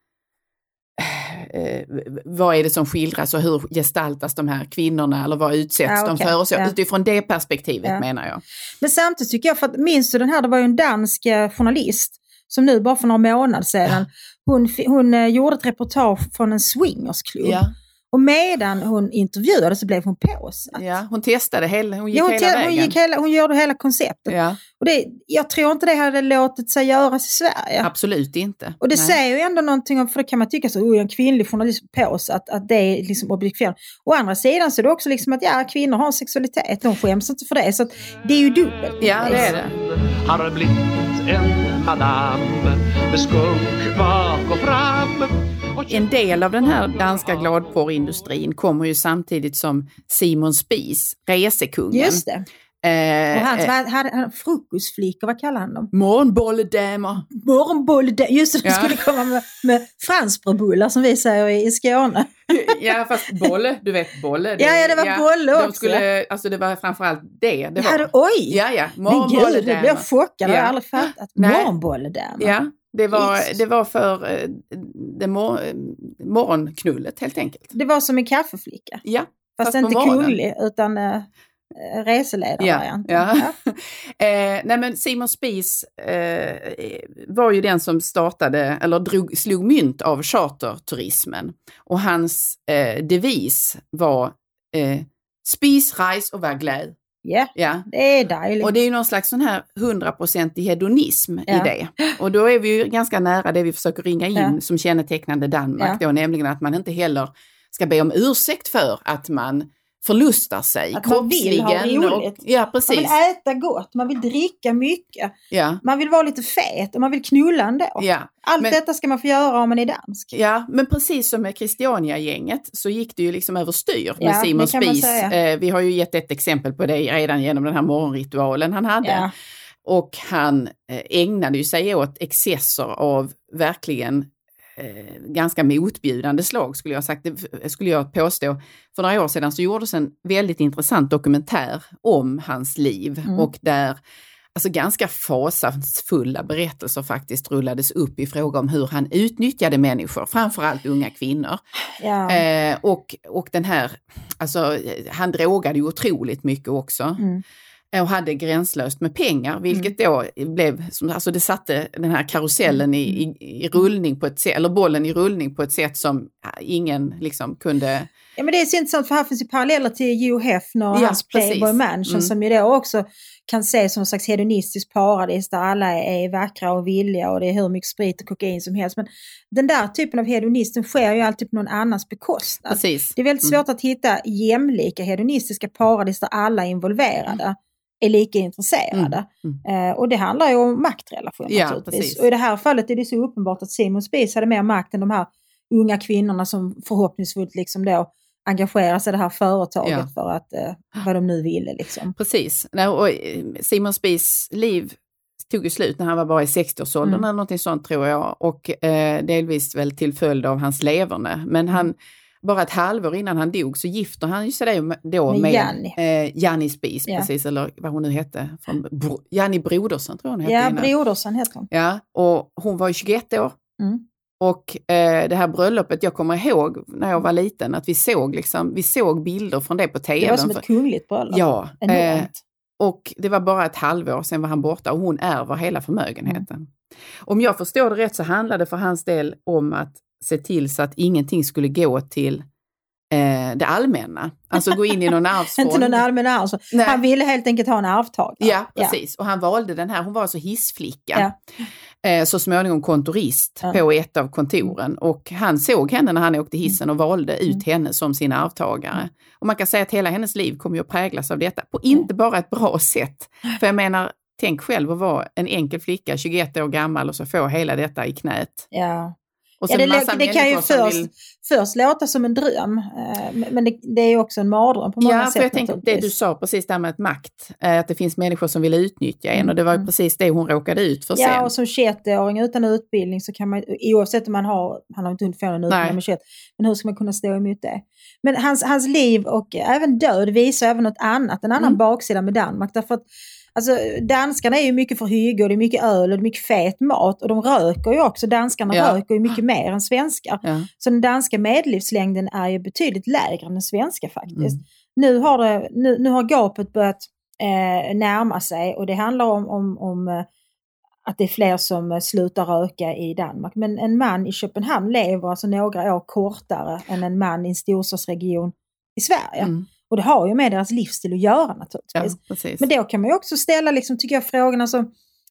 Eh, vad är det som skildras och hur gestaltas de här kvinnorna eller vad utsätts ja, okay. de för och så, ja. utifrån det perspektivet ja. menar jag. Men samtidigt tycker jag, för att minns du den här, det var ju en dansk journalist som nu bara för några månader sedan, hon, hon eh, gjorde ett reportage från en swingersklubb. Ja. Och medan hon intervjuade så blev hon påsatt. Ja, hon testade hela, hon gick ja, hon hela te- vägen. Hon, gick hela, hon gjorde hela konceptet. Ja. Och det, jag tror inte det hade låtit sig göras i Sverige. Absolut inte. Och det Nej. säger ju ändå någonting om, för det kan man tycka så, oh, en kvinnlig journalist påsatt, att det är liksom objektifierande. Å andra sidan så är det också liksom att ja, kvinnor har sexualitet, de skäms inte för det. Så att det är ju dubbelt. Ja, det är det. Har blivit en madame med skunk bak och fram. En del av den här danska gladporrindustrin kommer ju samtidigt som Simon Spies, resekungen. Just det. Eh, och hans, eh, hade han frukostflickor, vad kallar han dem? Morgonbolledamer. Morgonbolledamer, just det, de ja. skulle komma med, med franskbrödbullar som vi säger i, i Skåne. Ja, fast bolle, du vet bolle. Det, ja, ja, det var ja, bolle också. De skulle, alltså det var framförallt det. det var. Ja, det, oj! Ja, ja, morgonbolledamer. Men gud, det blev jag chockad, ja. jag har aldrig fattat. Morgonbolledamer. Ja. Det var, det var för eh, det mor- morgonknullet helt enkelt. Det var som en kaffeflicka. Ja. Fast, fast inte kunglig utan eh, reseledare. Ja, ja. ja. eh, nej men Simon Spies eh, var ju den som startade eller drog, slog mynt av charterturismen. Och hans eh, devis var eh, spis, reis och var glad. Yeah, ja, det är dejligt. Och det är ju någon slags sån här hundraprocentig hedonism ja. i det. Och då är vi ju ganska nära det vi försöker ringa in ja. som kännetecknande Danmark ja. då, nämligen att man inte heller ska be om ursäkt för att man förlustar sig. Att man vill ha roligt. Och, ja, precis. Man vill äta gott, man vill dricka mycket. Ja. Man vill vara lite fet och man vill knulla ändå. Ja. Allt men, detta ska man få göra om man är dansk. Ja, men precis som med Christiania-gänget så gick det ju liksom överstyr med ja, Simon Spies. Eh, vi har ju gett ett exempel på det redan genom den här morgonritualen han hade. Ja. Och han eh, ägnade ju sig åt excesser av verkligen eh, ganska motbjudande slag skulle jag sagt. Det skulle jag påstå. För några år sedan så gjordes en väldigt intressant dokumentär om hans liv mm. och där alltså ganska fasansfulla berättelser faktiskt rullades upp i fråga om hur han utnyttjade människor, framförallt unga kvinnor. Ja. Eh, och, och den här, alltså han drogade ju otroligt mycket också. Mm. Och hade gränslöst med pengar, vilket mm. då blev, alltså det satte den här karusellen i, i, i rullning på ett sätt, eller bollen i rullning på ett sätt som ingen liksom kunde... Ja, men det är så intressant för här finns ju paralleller till Hugh Hefner och ja, hans Playboy Mansion mm. som ju då också kan ses som en slags hedonistisk paradis där alla är vackra och villiga och det är hur mycket sprit och kokain som helst. Men den där typen av hedonism sker ju alltid på någon annans bekostnad. Precis. Det är väldigt svårt mm. att hitta jämlika hedonistiska paradis där alla är involverade. Mm. är lika intresserade. Mm. Mm. Eh, och det handlar ju om maktrelation ja, naturligtvis. Precis. Och i det här fallet är det så uppenbart att Simon Spies hade mer makt än de här unga kvinnorna som förhoppningsfullt liksom då engagerar sig i det här företaget ja. för att eh, vad de nu ville liksom. Precis. Och Simon Spies liv tog ju slut när han var bara i sextioårsåldern mm. eller någonting sånt tror jag. Och eh, delvis väl till följd av hans leverne. Men han bara ett halvår innan han dog så gifter han ju sig då med, med Janni. Eh, Janni Spies, ja. precis, eller vad hon nu hette. Från Bro, Janni Brodersen tror hon hette Ja, innan. Brodersen hette hon. Ja, och hon var ju tjugoett år. Mm. Och eh, det här bröllopet, jag kommer ihåg när jag var liten att vi såg, liksom, vi såg bilder från det på tv. Det var som ett kungligt bröllop. Ja, eh, och det var bara ett halvår sen var han borta och hon ärver hela förmögenheten. Mm. Om jag förstår det rätt så handlade det för hans del om att se till så att ingenting skulle gå till eh, det allmänna. Alltså gå in i någon arvsfond. Inte någon allmän arvsfond. Han ville helt enkelt ha en arvtagare. Ja, precis. Ja. Och han valde den här, hon var alltså hissflicka. Ja. Eh, så småningom kontorist ja. på ett av kontoren. Och han såg henne när han åkte hissen och valde ut mm. henne som sin arvtagare. Och man kan säga att hela hennes liv kommer ju att präglas av detta. På inte bara ett bra sätt. För jag menar, tänk själv att vara en enkel flicka, tjugoett år gammal och så få hela detta i knät. Ja. Ja, det, det kan ju först, vill... först låta som en dröm, men det, det är ju också en mardröm på många ja, sätt. Ja, för jag tänker det du sa precis där med ett makt, att det finns människor som vill utnyttja en och det var ju precis det hon råkade ut för sen. Ja, och som tjugoett-åring utan utbildning så kan man, oavsett om man har, han har inte hunnit få en utbildning med tjugoett, men hur ska man kunna stå emot det? Men hans, hans liv och även död visar även något annat, en annan mm. baksida med Danmark, därför att alltså, danskarna är ju mycket för hygge och det är mycket öl och det är mycket fet mat och de röker ju också. Danskarna ja. röker ju mycket mer än svenskar. Ja. Så den danska medellivslängden är ju betydligt lägre än den svenska faktiskt. Mm. Nu, har det, nu, nu har gapet börjat eh, närma sig och det handlar om, om, om eh, att det är fler som slutar röka i Danmark. Men en man i Köpenhamn lever alltså några år kortare än en man i en storstadsregion i Sverige. Mm. Och det har ju med deras livsstil att göra naturligtvis. Ja, men då kan man ju också ställa, liksom, tycker jag, frågan alltså,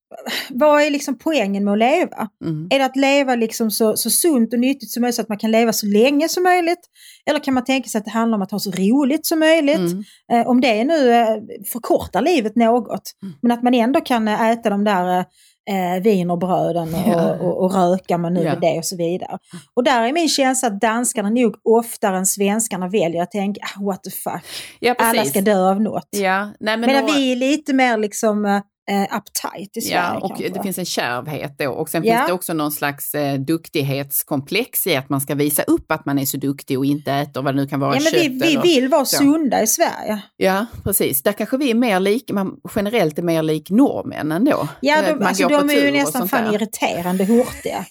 vad är liksom poängen med att leva? Mm. Är det att leva liksom så, så sunt och nyttigt som möjligt så att man kan leva så länge som möjligt? Eller kan man tänka sig att det handlar om att ha så roligt som möjligt? Mm. Eh, om det nu eh, förkortar livet något. Mm. Men att man ändå kan äta de där eh, wienerbröden och, ja. och, och, och röka man nu ja. med det och så vidare. Och där är min känsla att danskarna nog oftare än svenskarna väljer att tänka, ah, what the fuck, ja, alla ska dö av något. Ja. Nej, men Medan då... vi är lite mer liksom... Eh, uptight i Sverige. Ja, och kanske. Det finns en kärvhet då. Och sen ja. finns det också någon slags eh, duktighetskomplex i att man ska visa upp att man är så duktig och inte äter vad det nu kan vara, ja, men kött. Vi, vi vill vara så. sunda i Sverige. Ja, precis. Där kanske vi är mer lik, man generellt är mer lik norrmännen då. Ja, de, alltså, de är ju nästan fan irriterande hurtiga.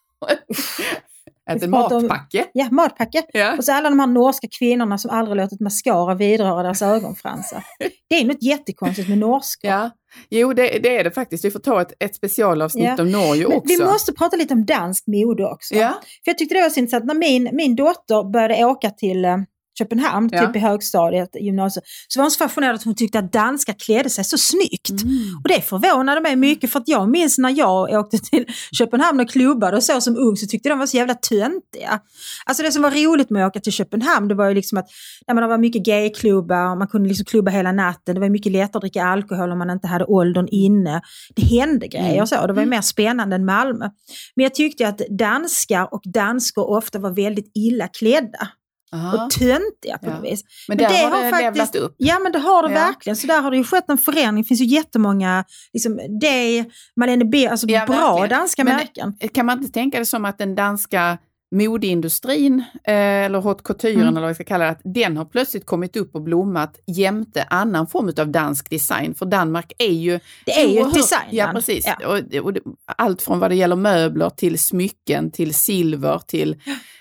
Ett matpacke. Ja, matpacke. Ja. Och så alla de här norska kvinnorna som aldrig låtit mascara vidröra deras ögonfransar. Det är något jättekonstigt med norska. Ja. Jo, det, det är det faktiskt. Vi får ta ett, ett specialavsnitt ja. om Norge också. Men vi måste prata lite om dansk mode också. Ja. För jag tyckte det var så intressant. När min, min dotter började åka till uh, Köpenhamn, ja. typ i högstadiet, gymnasiet, så var hon så fascinerad att hon tyckte att danska klädde sig så snyggt. Mm. Och det förvånade mig mycket, för att jag minns när jag åkte till Köpenhamn och klubbade och så som ung, så tyckte de var så jävla töntiga. Alltså det som var roligt med att åka till Köpenhamn, det var ju liksom att när man var mycket gayklubbar, man kunde liksom klubba hela natten, det var mycket lättare att dricka alkohol om man inte hade åldern inne. Det hände grejer mm. och så, det var ju mer spännande än Malmö. Men jag tyckte att danskar och danskor ofta var väldigt illa klädda. Aha. Och töntiga på ja. något vis. Men, men det har, har det faktiskt levlat upp. Ja, men det har det ja. verkligen. Så där har det ju skett en förändring. Det finns ju jättemånga, liksom, det, Malene B, alltså ja, bra verkligen. danska men märken. Kan man inte tänka det som att den danska modeindustrin, eh, eller haute couture, mm. eller vad vi ska kalla det, att den har plötsligt kommit upp och blommat jämte annan form av dansk design. För Danmark är ju... Det är ju ett design. Ja, precis. Ja. Och, och, allt från vad det gäller möbler till smycken, till silver, till...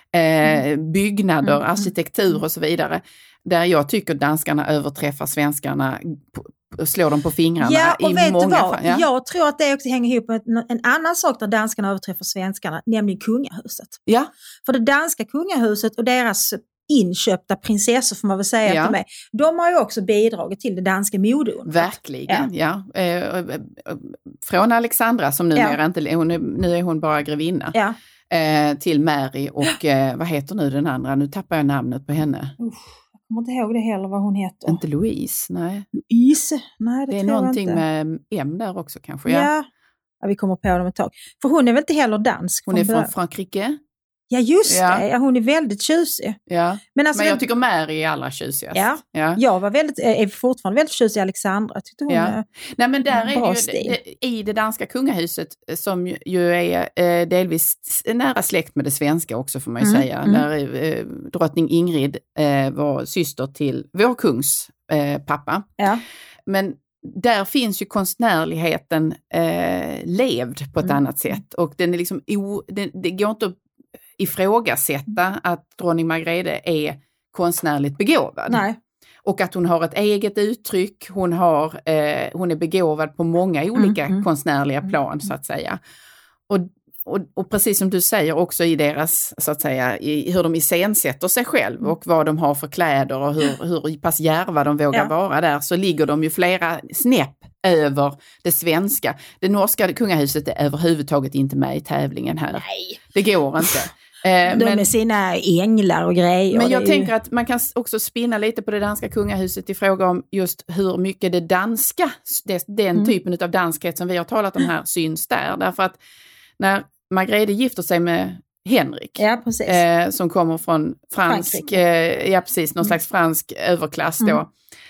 Eh, byggnader, mm. arkitektur och så vidare. Där jag tycker danskarna överträffar svenskarna, slår dem på fingrarna ja, och i vet många du vad? fall. Ja. Jag tror att det också hänger ihop med en annan sak där danskarna överträffar svenskarna, nämligen kungahuset. Ja. För det danska kungahuset och deras inköpta prinsessor, får man väl säga ja. till mig, de har ju också bidragit till det danska modeundret. Verkligen, ja. ja. Eh, från Alexandra som numera ja. inte, hon är, nu är hon bara grevinna. Ja. Eh, till Mary och eh, vad heter nu den andra? Nu tappar jag namnet på henne. Usch, jag kommer inte ihåg det heller vad hon heter. Inte Louise, nej. Louise? Nej, det, det är tror någonting jag inte. Med M där också kanske. Ja. Ja. ja, vi kommer på dem ett tag. För hon är väl inte heller dansk? Hon är från Frankrike. Ja, just Ja. det. Ja, hon är väldigt tjusig. Ja. Men, alltså, Men jag tycker Mary är allra tjusigast. Ja. Ja. Jag var väldigt, är fortfarande väldigt tjusig i Alexandra. Jag tyckte hon Ja. är Nej, men där är bra det ju, stil. det, i det danska kungahuset som ju, ju är eh, delvis nära släkt med det svenska också får man ju Mm, säga. mm. Där eh, drottning Ingrid eh, var syster till vår kungs eh, pappa. Ja. Men där finns ju konstnärligheten eh, levd på ett Mm. annat sätt. Och den är liksom o, det, det går inte att ifrågasätta att drottning Margrethe är konstnärligt begåvad. Nej. Och att hon har ett eget uttryck, hon, har, eh, hon är begåvad på många olika Mm, mm. konstnärliga plan så att säga. Och, och, och precis som du säger också i deras, så att säga, i hur de iscensätter sig själv och vad de har för kläder och hur, hur pass djärva de vågar Ja. vara där, så ligger de ju flera snäpp över det svenska. Det norska kungahuset är överhuvudtaget inte med i tävlingen här. Nej. Det går inte. Eh, De men, med sina änglar och grejer. men jag det är ju- tänker att man kan också spinna lite på det danska kungahuset i fråga om just hur mycket det danska, det, den Mm. typen av danskhet som vi har talat om här syns där. Därför att när Margrethe gifter sig med Henrik, Ja, precis. eh, som kommer från fransk, Frankrike. eh, ja precis, någon Mm. slags fransk överklass då. Mm.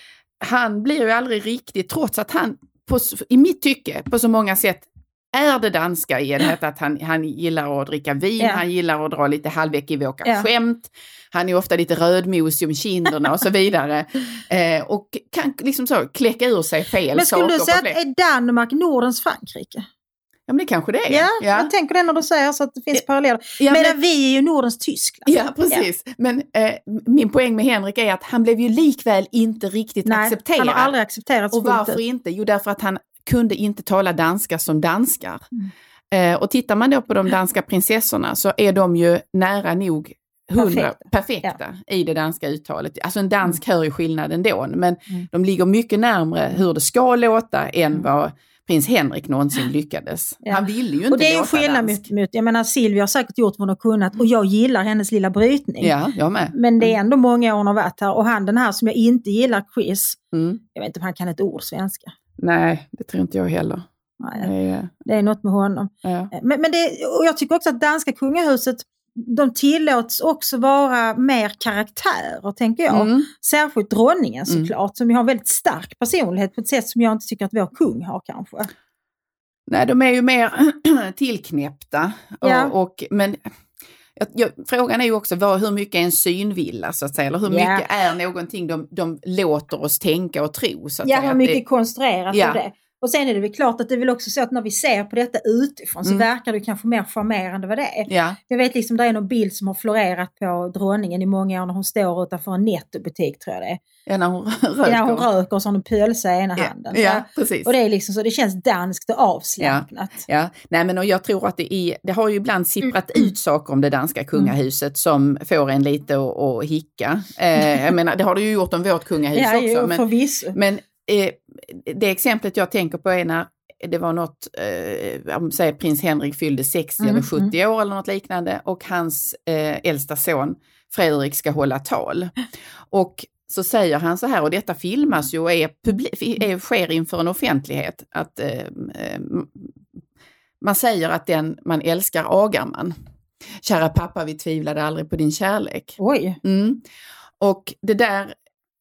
Han blir ju aldrig riktigt, trots att han på, s- i mitt tycke på så många sätt är det danska i det att han, han gillar att dricka vin, Ja. han gillar att dra lite halvekivoka Ja. skämt, han är ofta lite rödmosig om kinderna och så vidare. Eh, och kan liksom så kläcka ur sig fel Men skulle saker. du säga på att fler- är Danmark Nordens Frankrike? Ja, men det kanske det är. Ja, ja. jag tänker det när du säger så att det finns paralleller. Ja, Medan men- vi är ju Nordens Tyskland. Ja, precis. Men eh, min poäng med Henrik är att han blev ju likväl inte riktigt Nej, accepterad. han har aldrig accepterats Och fullt varför ut. inte? Jo, därför att han kunde inte tala danska som danskar. Eh, och tittar man då på de danska prinsessorna så är de ju nära nog hundra Perfekta. perfekta i det danska uttalet. Alltså en dansk hör ju skillnaden då, men Mm. de ligger mycket närmare hur det ska låta än vad prins Henrik någonsin lyckades. Ja. Han ville ju inte Och det är ju låta skillnad dansk. mot, mot, jag menar Silvia har säkert gjort vad hon har kunnat och jag gillar hennes lilla brytning. Ja, jag med. Men det är ändå många år hon har varit här och han den här som jag inte gillar, Chris, Mm. jag vet inte om han kan ett ord svenska. Nej, det tror inte jag heller. Nej, Det är, det är något med honom. ja. Men, men det, och jag tycker också att danska kungahuset, de tillåts också vara mer karaktärer, tänker jag. Mm. Särskilt dronningen Mm. såklart, som ju har en väldigt stark personlighet på ett sätt som jag inte tycker att vår kung har kanske. Nej, de är ju mer tillknäppta. Ja. Och, och, men jag, jag, frågan är ju också vad, hur mycket är en synvilla så att säga, eller hur Ja. mycket är någonting de, de låter oss tänka och tro. Så att Ja, säga. hur Att mycket det, konstruerat Ja. av det. Och sen är det väl klart att det är väl också så att när vi ser på detta utifrån så Mm. verkar det kanske mer charmerande vad det är. ja, Jag vet liksom, det är någon bild som har florerat på dronningen i många år när hon står utanför en nettobutik, tror jag det är. ja, när hon röker. När hon röker och så har hon pölsa i ena Ja, handen. ja, precis. Och det är liksom så, det känns danskt och avslappnat. Ja, nej men och jag tror att det är, det har ju ibland sipprat ut saker om det danska kungahuset som får en lite att, att hicka. Eh, jag menar, det har det ju gjort om vårt kungahus Ja, också. ju, Men, förvisso. men eh, det exemplet jag tänker på är när det var något, eh, om säger prins Henrik fyllde sextio Mm, eller sjuttio år eller något liknande och hans eh, äldsta son Fredrik ska hålla tal. Och så säger han så här, och detta filmas ju och är publi- är, sker inför en offentlighet, att eh, eh, man säger att den man älskar agar man. Kära pappa, vi tvivlade aldrig på din kärlek. Oj. Mm. Och det där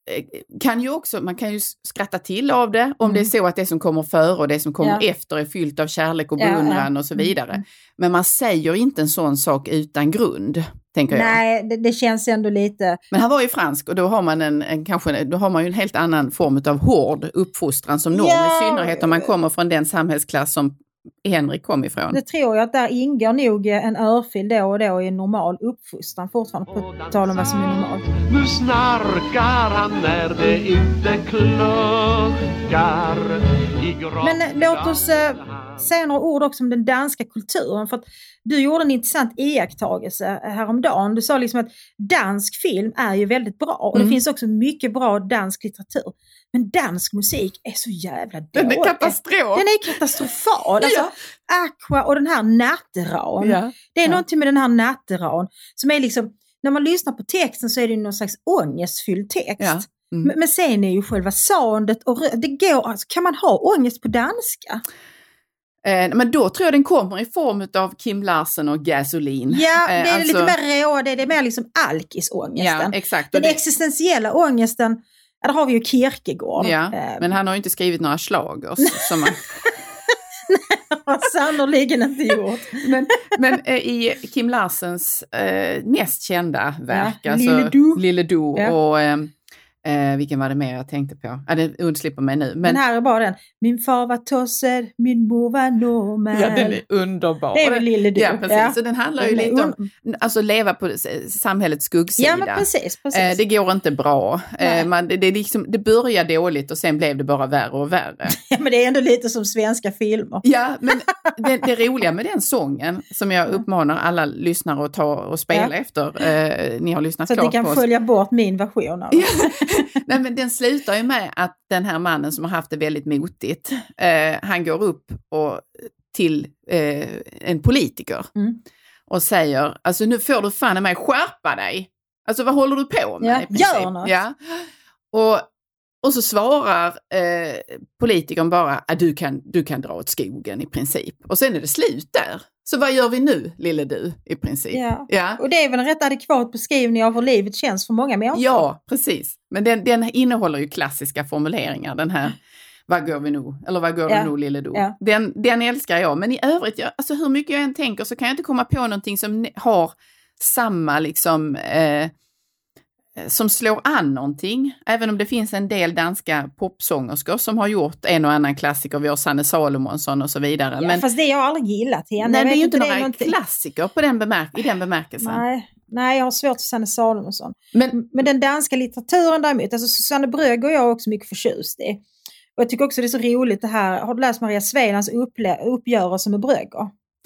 kan ju också, man kan ju skratta till av det om Mm. det är så att det som kommer före och det som kommer Ja. efter är fyllt av kärlek och Ja, beundran ja. och så vidare. Mm. Men man säger inte en sån sak utan grund, tänker jag. Nej, det, det känns ändå lite... Men han var ju fransk och då har man en, en kanske, då har man ju en helt annan form av hård uppfostran som norm, Ja. i synnerhet om man kommer från den samhällsklass som Henrik kom ifrån. Det tror jag att där ingår nog en örfil då och då i en normal uppfostran fortfarande, på tal om vad som är normalt. Nu snarkar han när det ute kluckar i graven. Men eh, låt oss eh, säga några ord också om den danska kulturen. För att du gjorde en intressant iakttagelse häromdagen. Du sa liksom att dansk film är ju väldigt bra. Och Mm. det finns också mycket bra dansk litteratur. Men dansk musik är så jävla dålig. Den är katastrof. Den är katastrofal. Alltså, Aqua och den här Natteran. Ja. Det är Ja. någonting med den här Natteran som är liksom, när man lyssnar på texten så är det någon slags ångestfylld text. Ja. Mm. Men, men sen är ju själva soundet och rö- det går, alltså, kan man ha ångest på danska? Eh, men då tror jag den kommer i form av Kim Larsen och Gasolin. Ja, det är eh, alltså, lite mer rå, det är mer liksom alkisångesten. Ja, exakt. Den det... existentiella ångesten, ja, där har vi ju Kierkegaard. Ja, eh. men han har ju inte skrivit några slagers. som man... har sannoliken inte gjort. men men eh, i Kim Larsens eh, mest kända verk, ja, alltså Lille Do, Lille Do ja. och eh, eh, vilken var det mer jag tänkte på? Ja, det undslipper mig nu. Men den här är bara den. Min far var tosser, min mor var normal. Ja, den är underbar. Det är väl Lille Do. Ja, precis. Ja. Så den handlar ju lite om alltså leva på samhällets skuggsida. Ja, men precis. precis. Eh, det går inte bra. Eh, man, det, det, liksom, det börjar dåligt och sen blev det bara värre och värre. Ja, men det är ändå lite som svenska filmer. Ja, men det, det roliga med den sången som jag uppmanar alla lyssnare att ta och spela ja. efter. Eh, ni har lyssnat så klart på Så att ni kan på följa bort min version av det. Nej, men den slutar ju med att den här mannen som har haft det väldigt motigt, eh, han går upp och, till eh, en politiker mm. och säger, alltså nu får du fan i mig skärpa dig. Alltså vad håller du på med? Ja, gör något. Ja. Och, och så svarar eh, politikern bara, ah, du, kan, du kan dra åt skogen i princip. Och sen är det slut där. Så vad gör vi nu, lille du, i princip? Ja. Ja. Och det är väl en rätt adekvat beskrivning av hur livet känns för många människor. Ja, precis. Men den, den innehåller ju klassiska formuleringar, den här, vad går vi nu? Eller vad går ja. du nu, lille du? Ja. Den, den älskar jag. Men i övrigt, jag, alltså hur mycket jag än tänker så kan jag inte komma på någonting som har samma liksom... Eh, som slår an någonting, även om det finns en del danska popsångerskor som har gjort en och annan klassiker, vi har Sanne Salomonsson och så vidare. Ja, men, fast det har jag aldrig gillat henne. Nej, det är ju inte det några någonting. klassiker på den bemärk- i den bemärkelsen. Nej, nej, jag har svårt för Sanne Salomonsson. Men, men den danska litteraturen däremot, alltså Susanne Brögger och jag är också mycket förtjust i. Och jag tycker också det är så roligt det här, har du läst Maria Svelans upplä- uppgörelse med Brögger?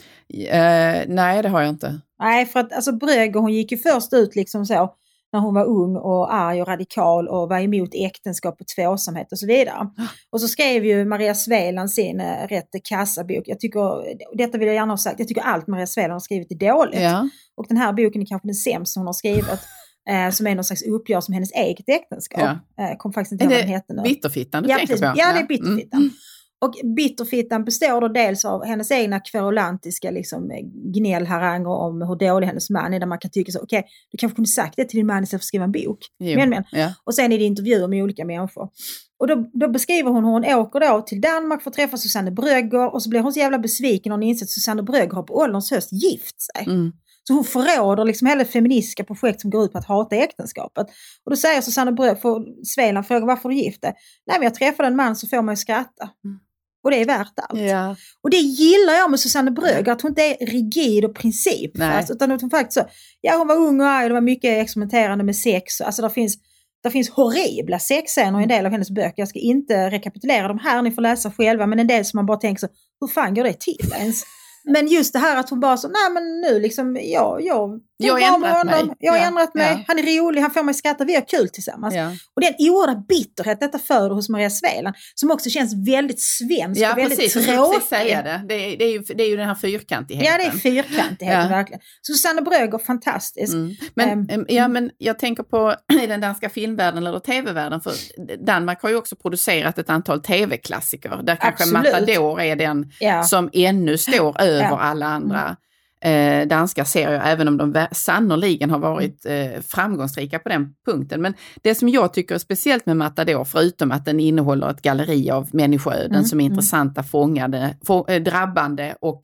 Uh, nej, det har jag inte. Nej, för att alltså Brögger, hon gick ju först ut liksom så när hon var ung och arg och radikal och var emot äktenskap och tvåsamhet och så vidare. Och så skrev ju Maria Sveland sin äh, rätt kassabok. Jag tycker, detta vill jag gärna ha sagt, jag tycker allt Maria Sveland har skrivit är dåligt. Ja. Och den här boken är kanske den sämsta hon har skrivit, äh, som är någon slags uppgörelse med hennes eget äktenskap. Ja. Äh, kom faktiskt inte ihåg vad den heter nu. Bitterfittan du ja, tänker på? Ja, det är Bitterfittan. Mm. Och Bitterfittan består då dels av hennes egna kverulantiska liksom, gnällharanger om hur dålig hennes man är, där man kan tycka så, okej, okay, du kanske kunde sagt det till din man istället för att skriva en bok. Men, men. Ja. Och sen är det intervjuer med olika människor. Och då, då beskriver hon hur hon åker då till Danmark för att träffa Susanne Brögger, och så blir hon så jävla besviken när hon inser att Susanne Brögger har på ålderns höst gift sig. Mm. Så hon förråder liksom hela feministiska projekt som går ut på att hata äktenskapet. Och då säger Susanne Brögger, för Sveland frågar varför du gift dig? Nej, men jag träffade en man så får man ju skratta. Mm. Och det är värt allt. Ja. Och det gillar jag med Susanne Brögger, att hon inte är rigid och principfast, utan att hon faktiskt så, ja, hon var ung och arg och det var mycket experimenterande med sex. Alltså det finns, det finns horribla sexscener i en del av hennes böcker. Jag ska inte rekapitulera de här, ni får läsa själva, men en del som man bara tänker så, hur fan går det till ens? Men just det här att hon bara så, nej men nu liksom, ja, jag, jag har ändrat mig. Jag har ja, ändrat mig. Ja. Han är rolig, han får mig skratta, vi har kul tillsammans. Ja. Och det är en oerhörd bitterhet detta föder hos Maria Sveland, som också känns väldigt svensk ja, och väldigt precis, tråkig. Ja, precis. Säga det. Det, är, det, är ju, det är ju den här fyrkantigheten. Ja, det är fyrkantigheten, ja. Verkligen. Susanne Brögger, fantastisk. Mm. Men, um, ja, men jag tänker på i den danska filmvärlden eller tv-världen, för Danmark har ju också producerat ett antal tv-klassiker, där kanske Absolut. Matador är den ja. som ännu står över ja. alla andra Eh, danska serier, även om de sannoliken har varit eh, framgångsrika på den punkten. Men det som jag tycker är speciellt med Matador, förutom att den innehåller ett galleri av människoöden mm, som är intressanta, mm. fångade, få, eh, drabbande och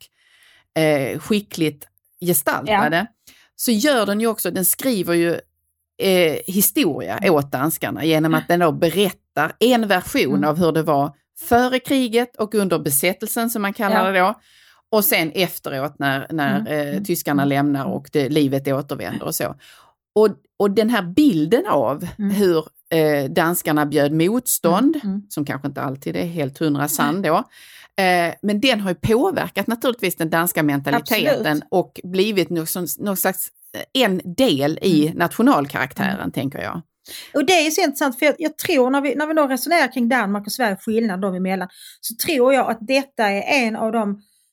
eh, skickligt gestaltade, ja. så gör den ju också, den skriver ju eh, historia åt danskarna genom att den då berättar en version mm. av hur det var före kriget och under besättelsen, som man kallar ja. det då. Och sen efteråt när, när mm. eh, tyskarna lämnar och det, livet återvänder och så. Och, och den här bilden av mm. hur eh, danskarna bjöd motstånd, mm. Mm. som kanske inte alltid är helt hundra sann då, eh, men den har ju påverkat naturligtvis den danska mentaliteten. Absolut. Och blivit någon, någon slags en del i mm. nationalkaraktären, mm. tänker jag. Och det är så intressant, för jag, jag tror när vi, när vi då resonerar kring Danmark och Sverige, skillnad dem emellan, så tror jag att detta är en av de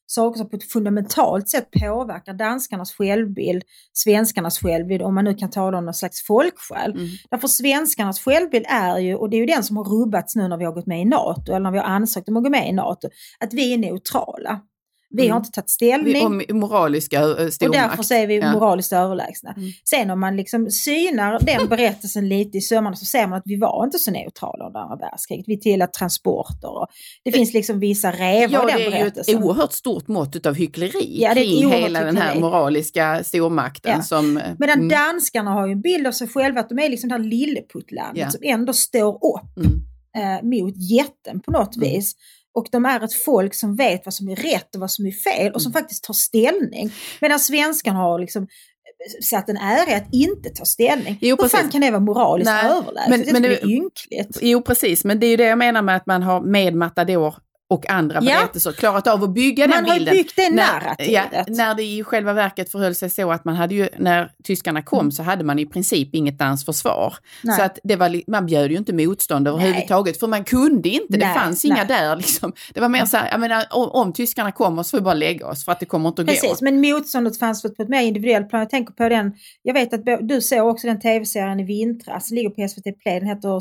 saker som på ett fundamentalt sätt påverkar danskarnas självbild, svenskarnas självbild, om man nu kan tala om någon slags folksjäl. Mm. Därför svenskarnas självbild är ju, och det är ju den som har rubbats nu när vi har gått med i NATO, eller när vi har ansökt om att gå med i NATO, att vi är neutrala. Vi mm. har inte tagit ställning. Vi, och moraliska stormakt. Och därför säger vi ja. moraliskt överlägsna. Mm. Sen om man liksom synar den berättelsen lite i sömmarna så ser man att vi var inte så neutrala under andra världskriget. Vi tillät transporter och det finns liksom vissa rävar ja, i den berättelsen. Ja, det är ju ett oerhört stort mått av hyckleri ja, kring hela den här moraliska stormakten. Ja. Som, medan mm. danskarna har ju en bild av sig själva att de är liksom det här lilleputtlandet ja. som ändå står upp mm. eh, mot jätten på något mm. vis. Och de är ett folk som vet vad som är rätt och vad som är fel och som mm. faktiskt tar ställning. Medan svenskarna har liksom satt en ära att inte ta ställning. Jo, hur fan kan det vara moraliskt överlägset? Men, det men det är ynkligt. Jo, precis. Men det är ju det jag menar med att man har med Matador och andra berättelser ja. klarat av att bygga man den bilden. Man har byggt det narrativet. När, ja, när det i själva verket förhöll sig så att man hade ju, när tyskarna kom mm. så hade man i princip inget dansförsvar. Nej. Så att det var, man bjöd ju inte motstånd överhuvudtaget, för man kunde inte, nej. det fanns inga nej. där liksom. Det var mer så här, jag menar, om, om tyskarna kommer så får vi bara lägga oss för att det kommer inte att Precis, gå. Precis, men motståndet fanns på ett mer individuellt plan. Jag tänker på den, jag vet att du såg också den tv-serien i vintras, ligger på S V T Play, den heter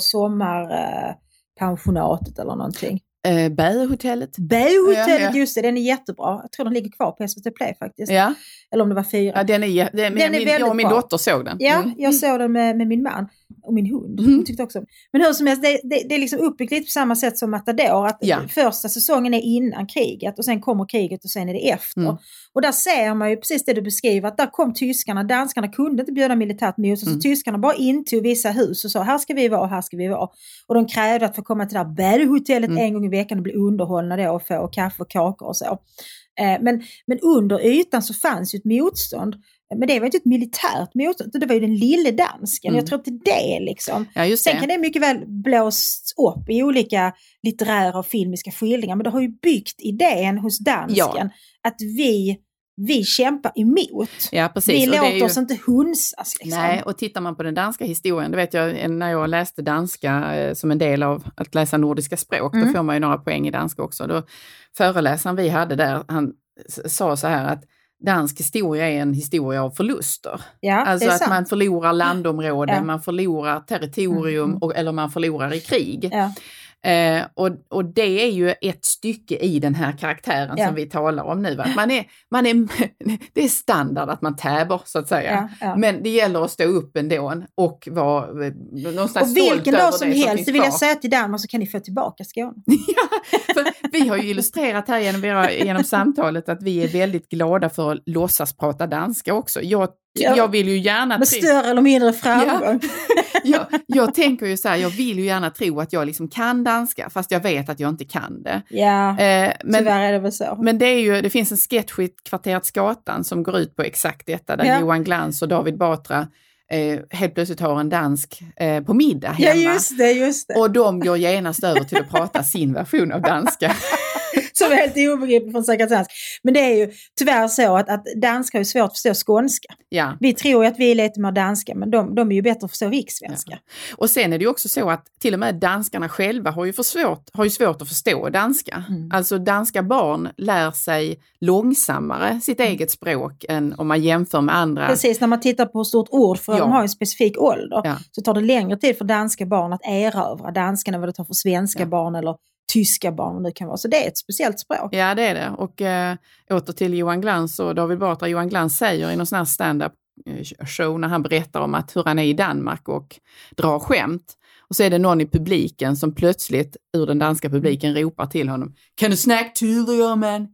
Sommarpensionatet eller någonting. Uh, Berghotellet. Berghotellet, ja, ja. just det, den är jättebra. Jag tror den ligger kvar på S V T Play faktiskt. Ja. Eller om det var fyra. Ja, den är, den, den min, är min, jag och min bra. dotter såg den. Ja, mm. jag såg den med, med min man och min hund. Mm. Jag tyckte också. Men hur som helst, det, det, det är liksom uppbyggt lite på samma sätt som Matador. Att ja. första säsongen är innan kriget och sen kommer kriget och sen är det efter. Mm. Och där ser man ju precis det du beskriver, att där kom tyskarna, danskarna kunde inte bjuda militärt motstånd, mm. så tyskarna bara intog vissa hus och sa, här ska vi vara, här ska vi vara. Och de krävde att få komma till det där Berghotellet mm. en gång i veckan och bli underhållna då och få kaffe och kakor och så. Eh, men, men under ytan så fanns ju ett motstånd. Men det var inte ett militärt motstånd, det var ju den lille dansken. Mm. Jag tror inte det liksom. Ja, just det. Sen kan det mycket väl blåst upp i olika litterära och filmiska skildringar, men det har ju byggt idén hos dansken ja. att vi Vi kämpar emot. Ja, precis. Vi och låter det är ju... oss inte hunsas. Liksom. Nej, och tittar man på den danska historien, det vet jag när jag läste danska eh, som en del av att läsa nordiska språk, mm. då får man ju några poäng i danska också. Då föreläsaren vi hade där, han sa så här att dansk historia är en historia av förluster. Ja, alltså att sant. man förlorar landområden, ja. man förlorar territorium mm. och, eller man förlorar i krig. Ja. Eh, och, och det är ju ett stycke i den här karaktären ja. som vi talar om nu. Att man är, man är, det är standard att man täber så att säga. Ja, ja. Men det gäller att stå upp ändå och vara någonstans stolt över det. Och vilken dag som, som helst, det vill jag säga till Danmark, så kan ni få tillbaka Skåne. Ja, för vi har ju illustrerat här genom, genom samtalet att vi är väldigt glada för att låtsas prata danska också. Jag Ja. Jag vill ju gärna... Med större eller mindre framgång. Ja. jag, jag tänker ju så här, jag vill ju gärna tro att jag liksom kan danska, fast jag vet att jag inte kan det. Ja, eh, men, tyvärr är det väl så. Men det är ju, det finns en sketch i Kvarteret Skatan som går ut på exakt detta, där ja. Johan Glans och David Batra eh, helt plötsligt har en dansk eh, på middag hemma. Ja, just det, just det. Och de går genast över till att prata sin version av danska. Som är helt obegripligt från säkert svensk. Men det är ju tyvärr så att, att danska är svårt att förstå skånska. Ja. Vi tror ju att vi är lite mer danska, men de, de är ju bättre att förstå rikssvenska. Ja. Och sen är det ju också så att till och med danskarna själva har ju, för svårt, har ju svårt att förstå danska. Mm. Alltså danska barn lär sig långsammare sitt mm. eget språk än om man jämför med andra. Precis, när man tittar på stort ord, för ja. de har en specifik ålder, ja. så tar det längre tid för danska barn att erövra danskan än vad det tar för svenska ja. barn eller tyska barn nu kan vara. Så det är ett speciellt språk. Ja, det är det. Och äh, åter till Johan Glans och David Batra. Johan Glans säger i någon sån här stand-up show när han berättar om att hur han är i Danmark och drar skämt. Och så är det någon i publiken som plötsligt ur den danska publiken ropar till honom: "Kan du snacka tydligare, man?"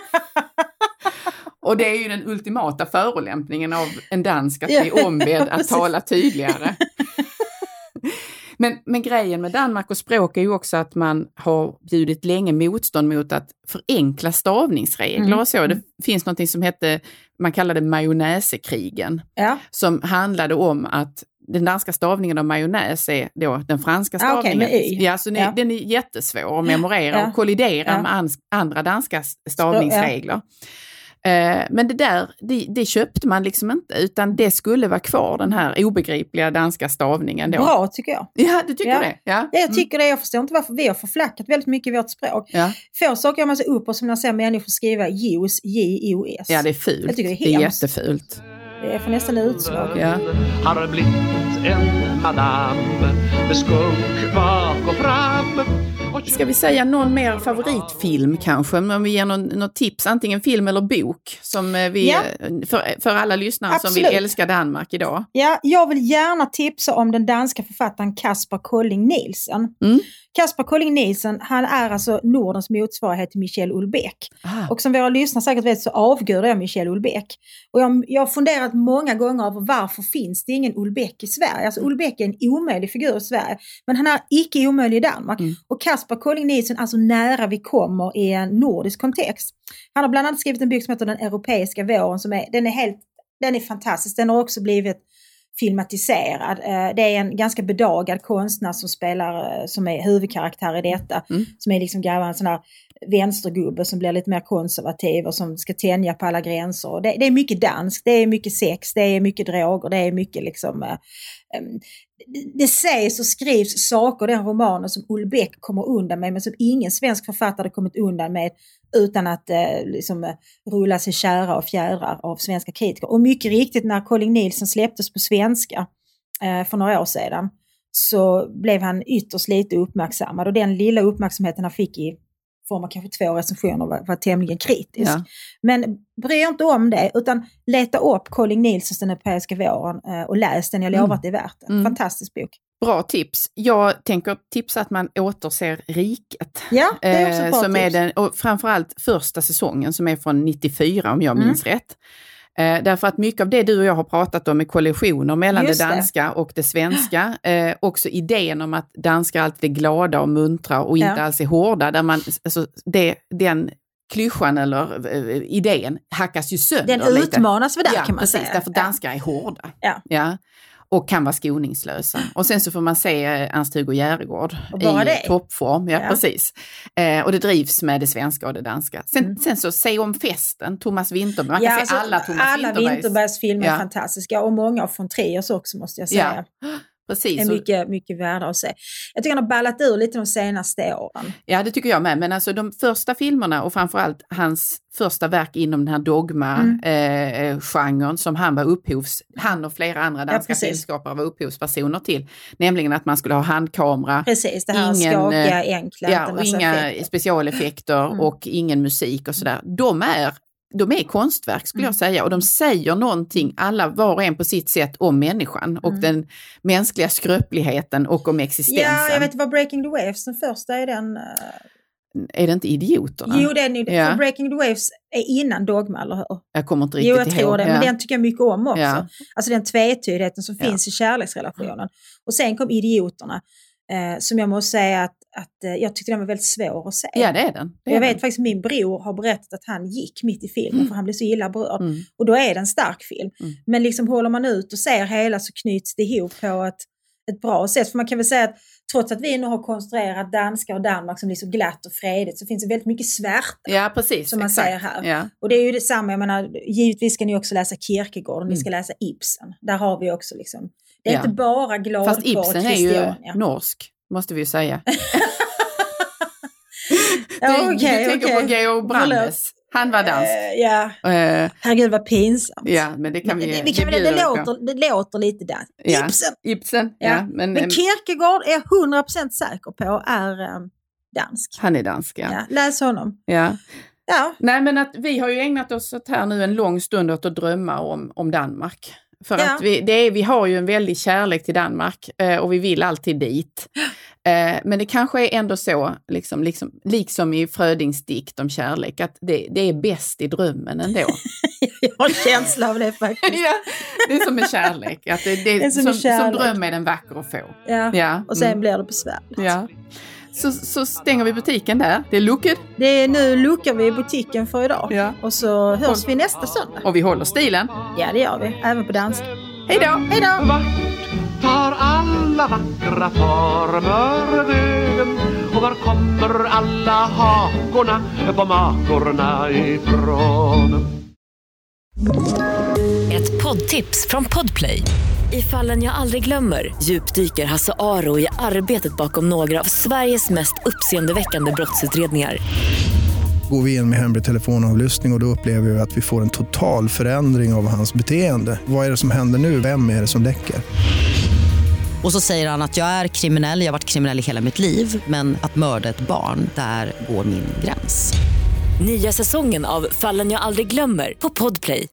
Och det är ju den ultimata förolämpningen av en dansk att bli ombedd att tala tydligare. Men, men grejen med Danmark och språk är ju också att man har bjudit länge motstånd mot att förenkla stavningsregler mm. och så. Det finns något som hette, man kallade majonnäsekrigen, ja. som handlade om att den danska stavningen av majonnäs är då den franska stavningen. Ah, okay, ja, så ni, ja. Den är jättesvår att memorera ja. och kollidera ja. med an, andra danska stavningsregler. Ja. Eh, men det där, det, det köpte man liksom inte, utan det skulle vara kvar, den här obegripliga danska stavningen då. Bra tycker jag. Ja, du tycker ja. det? Ja. ja, jag tycker det. Jag förstår inte varför vi har förflackat väldigt mycket i vårt språk. Ja. Få saker man ser upp och som när jag ser människor skriva Jos, J O S. Ja, det är fult. Jag tycker det är Det är hemskt. jättefult. Det är för nästan utslag. Ja. Har blivit en madame med skunk bak och fram. Ska vi säga någon mer favoritfilm kanske? Om vi ger någon, någon tips, antingen film eller bok som vi, Ja. för, för alla lyssnare Absolut. som vill älska Danmark idag. Ja, jag vill gärna tipsa om den danska författaren Kasper Colling Nielsen. Mm. Kasper Colling Nielsen, han är alltså Nordens motsvarighet till Michel Houellebecq. Ah. Och som våra lyssnare säkert vet så avgudar jag Michel Houellebecq. Och jag, jag har funderat många gånger över varför finns det ingen Houellebecq i Sverige. Alltså Houellebecq är en omöjlig figur i Sverige. Men han är icke omöjlig i Danmark. Mm. Och Kasper Colling Nielsen, alltså nära vi kommer i en nordisk kontext. Han har bland annat skrivit en bok som heter Den europeiska våren. Som är, den, är helt, den är fantastisk. Den har också blivit filmatiserad. Det är en ganska bedagad konstnär som spelar, som är huvudkaraktär i detta. Mm. Som är liksom en sån här vänstergubbe som blir lite mer konservativ och som ska tänja på alla gränser. Det, det är mycket dans, det är mycket sex, det är mycket droger, det är mycket liksom... Um, det sägs och skrivs saker i den romanen som Houellebecq kommer undan med, men som ingen svensk författare kommit undan med utan att eh, liksom, rulla sig kära och fjärar av svenska kritiker. Och mycket riktigt, när Colling Nielsen släpptes på svenska eh, för några år sedan så blev han ytterst lite uppmärksammad, och den lilla uppmärksamheten han fick i form av kanske två recensioner var, var tämligen kritisk. Ja. Men bry inte om det, utan leta upp Colling Nielsens Den europeiska våren eh, och läs den. Jag lovar mm. att det är värt det. Mm. Fantastisk bok. Bra tips. Jag tänker tipsa att man återser Riket. Ja, det är också bra som tips. Är den, och framförallt första säsongen som är från nittiofyra om jag mm. minns rätt. Eh, därför att mycket av det du och jag har pratat om är koalitioner mellan Just det danska det. och det svenska. Eh, också idén om att danskar alltid är glada och muntra och inte ja. alls är hårda. Där man, alltså, det, den klyschan eller uh, idén hackas ju sönder. Den lite. utmanas för det ja, kan man precis, säga. Därför danskar är hårda. Ja. Ja. Och kan vara skoningslösa. Och sen så får man se Ernst-Hugo Järegård i det. toppform. Ja, ja. precis. Eh, och det drivs med det svenska och det danska. Sen, mm. sen så se om festen, Thomas Winterberg. Man kan ja, se alltså, alla Thomas alla Winterbergs. Winterbergs filmer ja. är fantastiska. Och många av von Triers också måste jag säga. Ja. Precis. är mycket, mycket värda att se. Jag tycker han har ballat ur lite de senaste åren. Ja, det tycker jag med. Men alltså de första filmerna och framförallt hans första verk inom den här dogma-genren mm. eh, som han var upphovs, han och flera andra danska ja, filmskapare var upphovspersoner till. Nämligen att man skulle ha handkamera. Precis, det här ingen, skakiga, enkla. Ja, och inga effekter. specialeffekter mm. och ingen musik och sådär. De är De är konstverk skulle jag säga, och de säger någonting, alla var och en på sitt sätt, om människan mm. och den mänskliga skröpligheten och om existensen. Ja, jag vet vad Breaking the Waves, den första är den... Uh... Är det inte Idioterna? Jo, det är nu. Ja. För Breaking the Waves är innan Dogma, eller hur? Jag kommer inte riktigt ihåg. ihåg. Jo, jag tror det, ja. men den tycker jag mycket om också. Ja. Alltså den tvetydigheten som ja. finns i kärleksrelationen. Och sen kom Idioterna, eh, som jag måste säga att, att eh, jag tyckte den var väldigt svår att se. Ja, det är den. Det är jag vet den. faktiskt, min bror har berättat att han gick mitt i filmen mm. för han blev så illa berörd. Mm. Och då är det en stark film. Mm. Men liksom håller man ut och ser hela så knyts det ihop på ett, ett bra sätt. För man kan väl säga att trots att vi nu har konstruerat danska och Danmark som blir så glatt och fredigt, så finns det väldigt mycket svärta. Ja, precis. Som man exakt. säger här. Ja. Och det är ju detsamma, jag menar, givetvis ska ni också läsa Kierkegaard och mm. ni ska läsa Ibsen. Där har vi också liksom, det är ja. inte bara glad. Fast Ibsen är ju ja. norsk, måste vi ju säga. ja, du, okay, du tänker okay. på Georg Brandes. Han var dansk. Uh, ja, uh, herregud vad pinsamt. Ja, men det kan vi... Det, det, kan, det, det, låter, det låter lite dans. Ja. Ibsen. Ibsen, ja. ja. Men, men Kierkegaard är hundra procent säker på är um, dansk. Han är dansk, ja. ja. Läs honom. Ja. Ja. Nej, men att vi har ju ägnat oss åt här nu en lång stund åt att drömma om, om Danmark. För ja. att vi, det är, vi har ju en väldig kärlek till Danmark eh, och vi vill alltid dit. Eh, men det kanske är ändå så, liksom, liksom, liksom i Frödings dikt om kärlek, att det, det är bäst i drömmen ändå. Jag har en känsla av det faktiskt. Ja, det är som en kärlek. Att det, det, det är som, som, kärlek. Som dröm är den vacker att få. Ja, ja. Och sen mm. blir det besvärligt. Ja. Så, så stänger vi butiken där. Det är lucked. Det är, nu luckar vi butiken för idag. Ja. Och så hörs Håll. vi nästa söndag. Och vi håller stilen. Ja, det gör vi. Även på dansk. Hej då! Hej då! Vart tar alla vackra former vägen? Och var kommer alla hakorna på makorna ifrån? Ett poddtips från Podplay. I Fallen jag aldrig glömmer djupdyker Hasse Aro i arbetet bakom några av Sveriges mest uppseendeväckande brottsutredningar. Går vi in med hemlig telefonavlyssning och, och då upplever vi att vi får en total förändring av hans beteende. Vad är det som händer nu? Vem är det som läcker? Och så säger han att jag är kriminell, jag har varit kriminell i hela mitt liv. Men att mörda ett barn, där går min gräns. Nya säsongen av Fallen jag aldrig glömmer på Podplay.